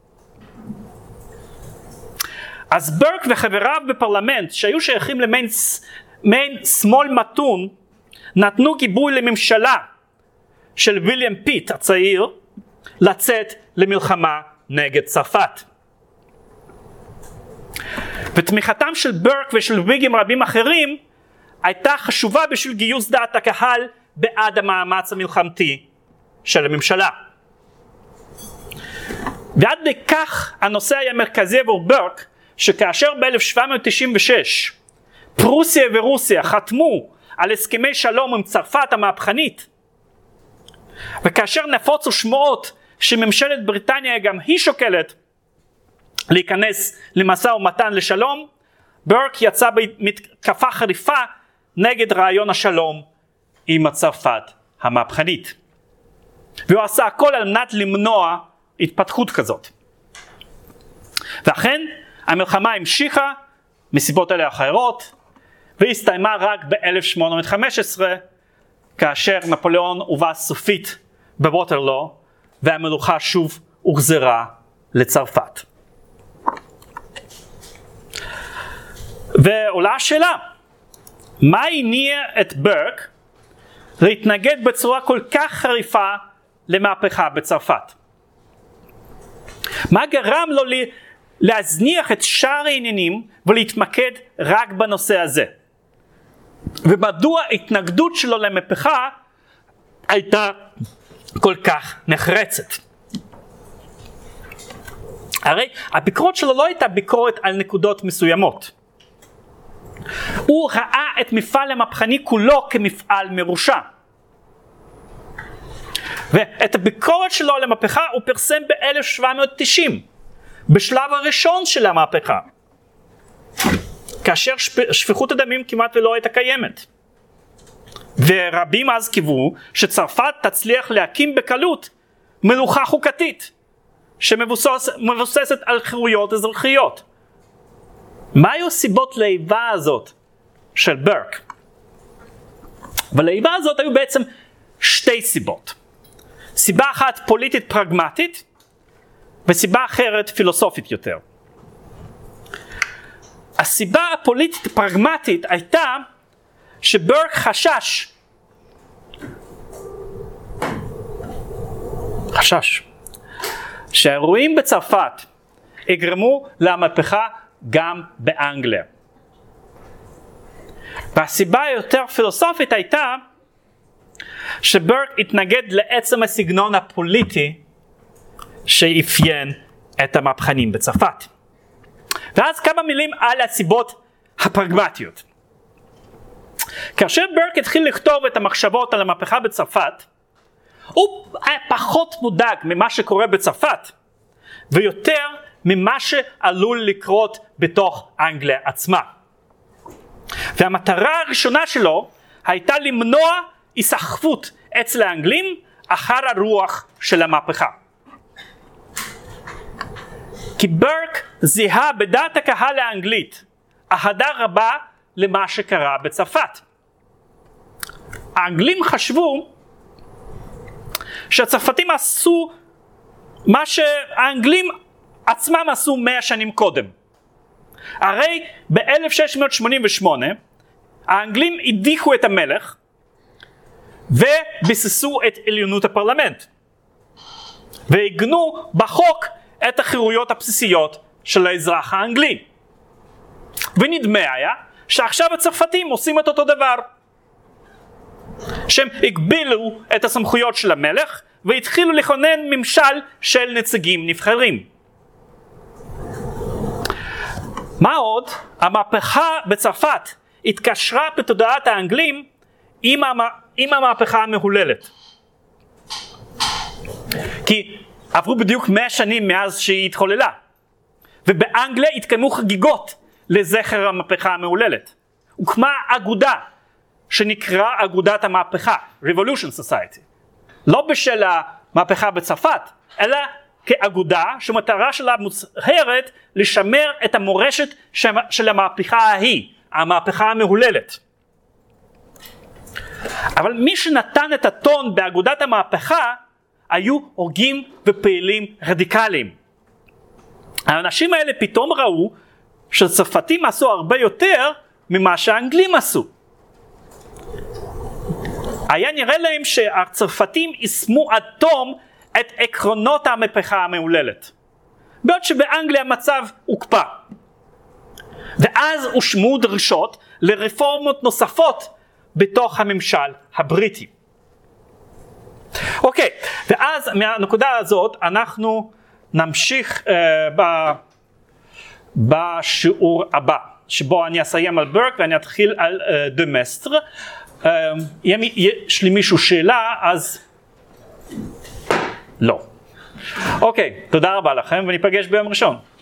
אז ברק וחבריו בפרלמנט שהיו שייכים למין שמאל מתון, נתנו גיבוי לממשלה של ויליאם פיט הצעיר לצאת למלחמה נגד צרפת. ותמיכתם של ברק ושל ויגים רבים אחרים הייתה חשובה בשביל גיוס דעת הקהל בעד המאמץ המלחמתי של הממשלה. ועד לכך הנושא היה מרכזי עבור ברק, שכאשר ב-1796 פרוסיה ורוסיה חתמו על הסכמי שלום עם צרפת המהפכנית, וכאשר נפוצו שמועות שממשלת בריטניה גם היא שוקלת להיכנס למשא ומתן לשלום, ברק יצא במתקפה חריפה נגד רעיון השלום עם צרפת המהפכנית. והוא עשה הכל על מנת למנוע התפתחות כזאת. ואכן המלחמה המשיכה מסיבות אלה אחרות, והסתיימה רק ב-1815, כאשר נפוליאון הובס סופית בווטרלו, והמלוכה שוב הוחזרה לצרפת. ועולה השאלה, מה הניע את ברק להתנגד בצורה כל כך חריפה למהפכה בצרפת? מה גרם לו להזניח את שאר העניינים ולהתמקד רק בנושא הזה? ומדוע ההתנגדות שלו למהפכה הייתה כל כך נחרצת? הרי הביקורת שלו לא הייתה ביקורת על נקודות מסוימות. הוא ראה את מפעל המהפכני כולו כמפעל מרושע. ואת הביקורת שלו למהפכה הוא פרסם ב-1790, בשלב הראשון של המהפכה, כאשר שפיכות הדמים כמעט ולא הייתה קיימת. ורבים אז קיוו שצרפת תצליח להקים בקלות מלוכה חוקתית, שמבוססת על חירויות אזרחיות. מה היו סיבות לאיבה הזאת של ברק? ולאיבה הזאת היו בעצם שתי סיבות. סיבה אחת פוליטית פרגמטית, וסיבה אחרת פילוסופית יותר. הסיבה הפוליטית פרגמטית הייתה שברק חשש שהאירועים בצרפת יגרמו למהפכה גם באנגליה. והסיבה היותר פילוסופית הייתה שברק התנגד לעצם הסגנון הפוליטי שאפיין את המהפכנים בצרפת. ואז כמה מילים על הסיבות הפרגמטיות. כאשר ברק התחיל לכתוב את המחשבות על המהפכה בצרפת, הוא היה פחות מודאג ממה שקורה בצרפת, ויותר ממה שעלול לקרות בתוך אנגליה עצמה. והמטרה הראשונה שלו הייתה למנוע היסחפות אצל האנגלים אחר הרוח של המהפכה. כי ברק זיהה בדעת הקהל האנגלית אהדה רבה למה שקרה בצרפת. האנגלים חשבו שהצרפתים עשו מה שהאנגלים עצמם עשו 100 שנים קודם. הרי ב-1688 האנגלים הדיחו את המלך וביססו את עליונות הפרלמנט ועיגנו בחוק את החירויות הבסיסיות של האזרח האנגלי. ונדמה היה שעכשיו הצרפתים עושים את אותו דבר, שהם הגבילו את הסמכויות של המלך והתחילו לכונן ממשל של נציגים נבחרים. מה עוד? המהפכה בצרפת התקשרה בתודעת האנגלים עם המהפכה המהוללת. כי עברו בדיוק 100 שנים מאז שהיא התחוללה, ובאנגליה התקיימו חגיגות לזכר המהפכה המהוללת. הוקמה אגודה שנקרא אגודת המהפכה, Revolution Society. לא בשל המהפכה בצרפת, אלא כאגודה שמטרה שלה מוצהרת לשמר את המורשת של המהפכה ההיא, המהפכה המהוללת. אבל מי שנתן את הטון באגודת המהפכה היו הוגים ופעילים רדיקליים. האנשים האלה פתאום ראו שהצרפתים עשו הרבה יותר ממה שהאנגלים עשו. היה נראה להם שהצרפתים יישמו עד תום את עקרונות המהפכה המהוללת, בעוד שבאנגליה המצב הוקפא. ואז הושמעו דרישות לרפורמות נוספות בתוך הממשל הבריטי. אוקיי, ואז מהנקודה הזאת אנחנו נמשיך בשיעור הבא, שבו אני אסיים על ברק ואני אתחיל על דה מסטר. יש לי מישהו שאלה, אז לא. אוקיי, תודה רבה לכם וניפגש ביום ראשון.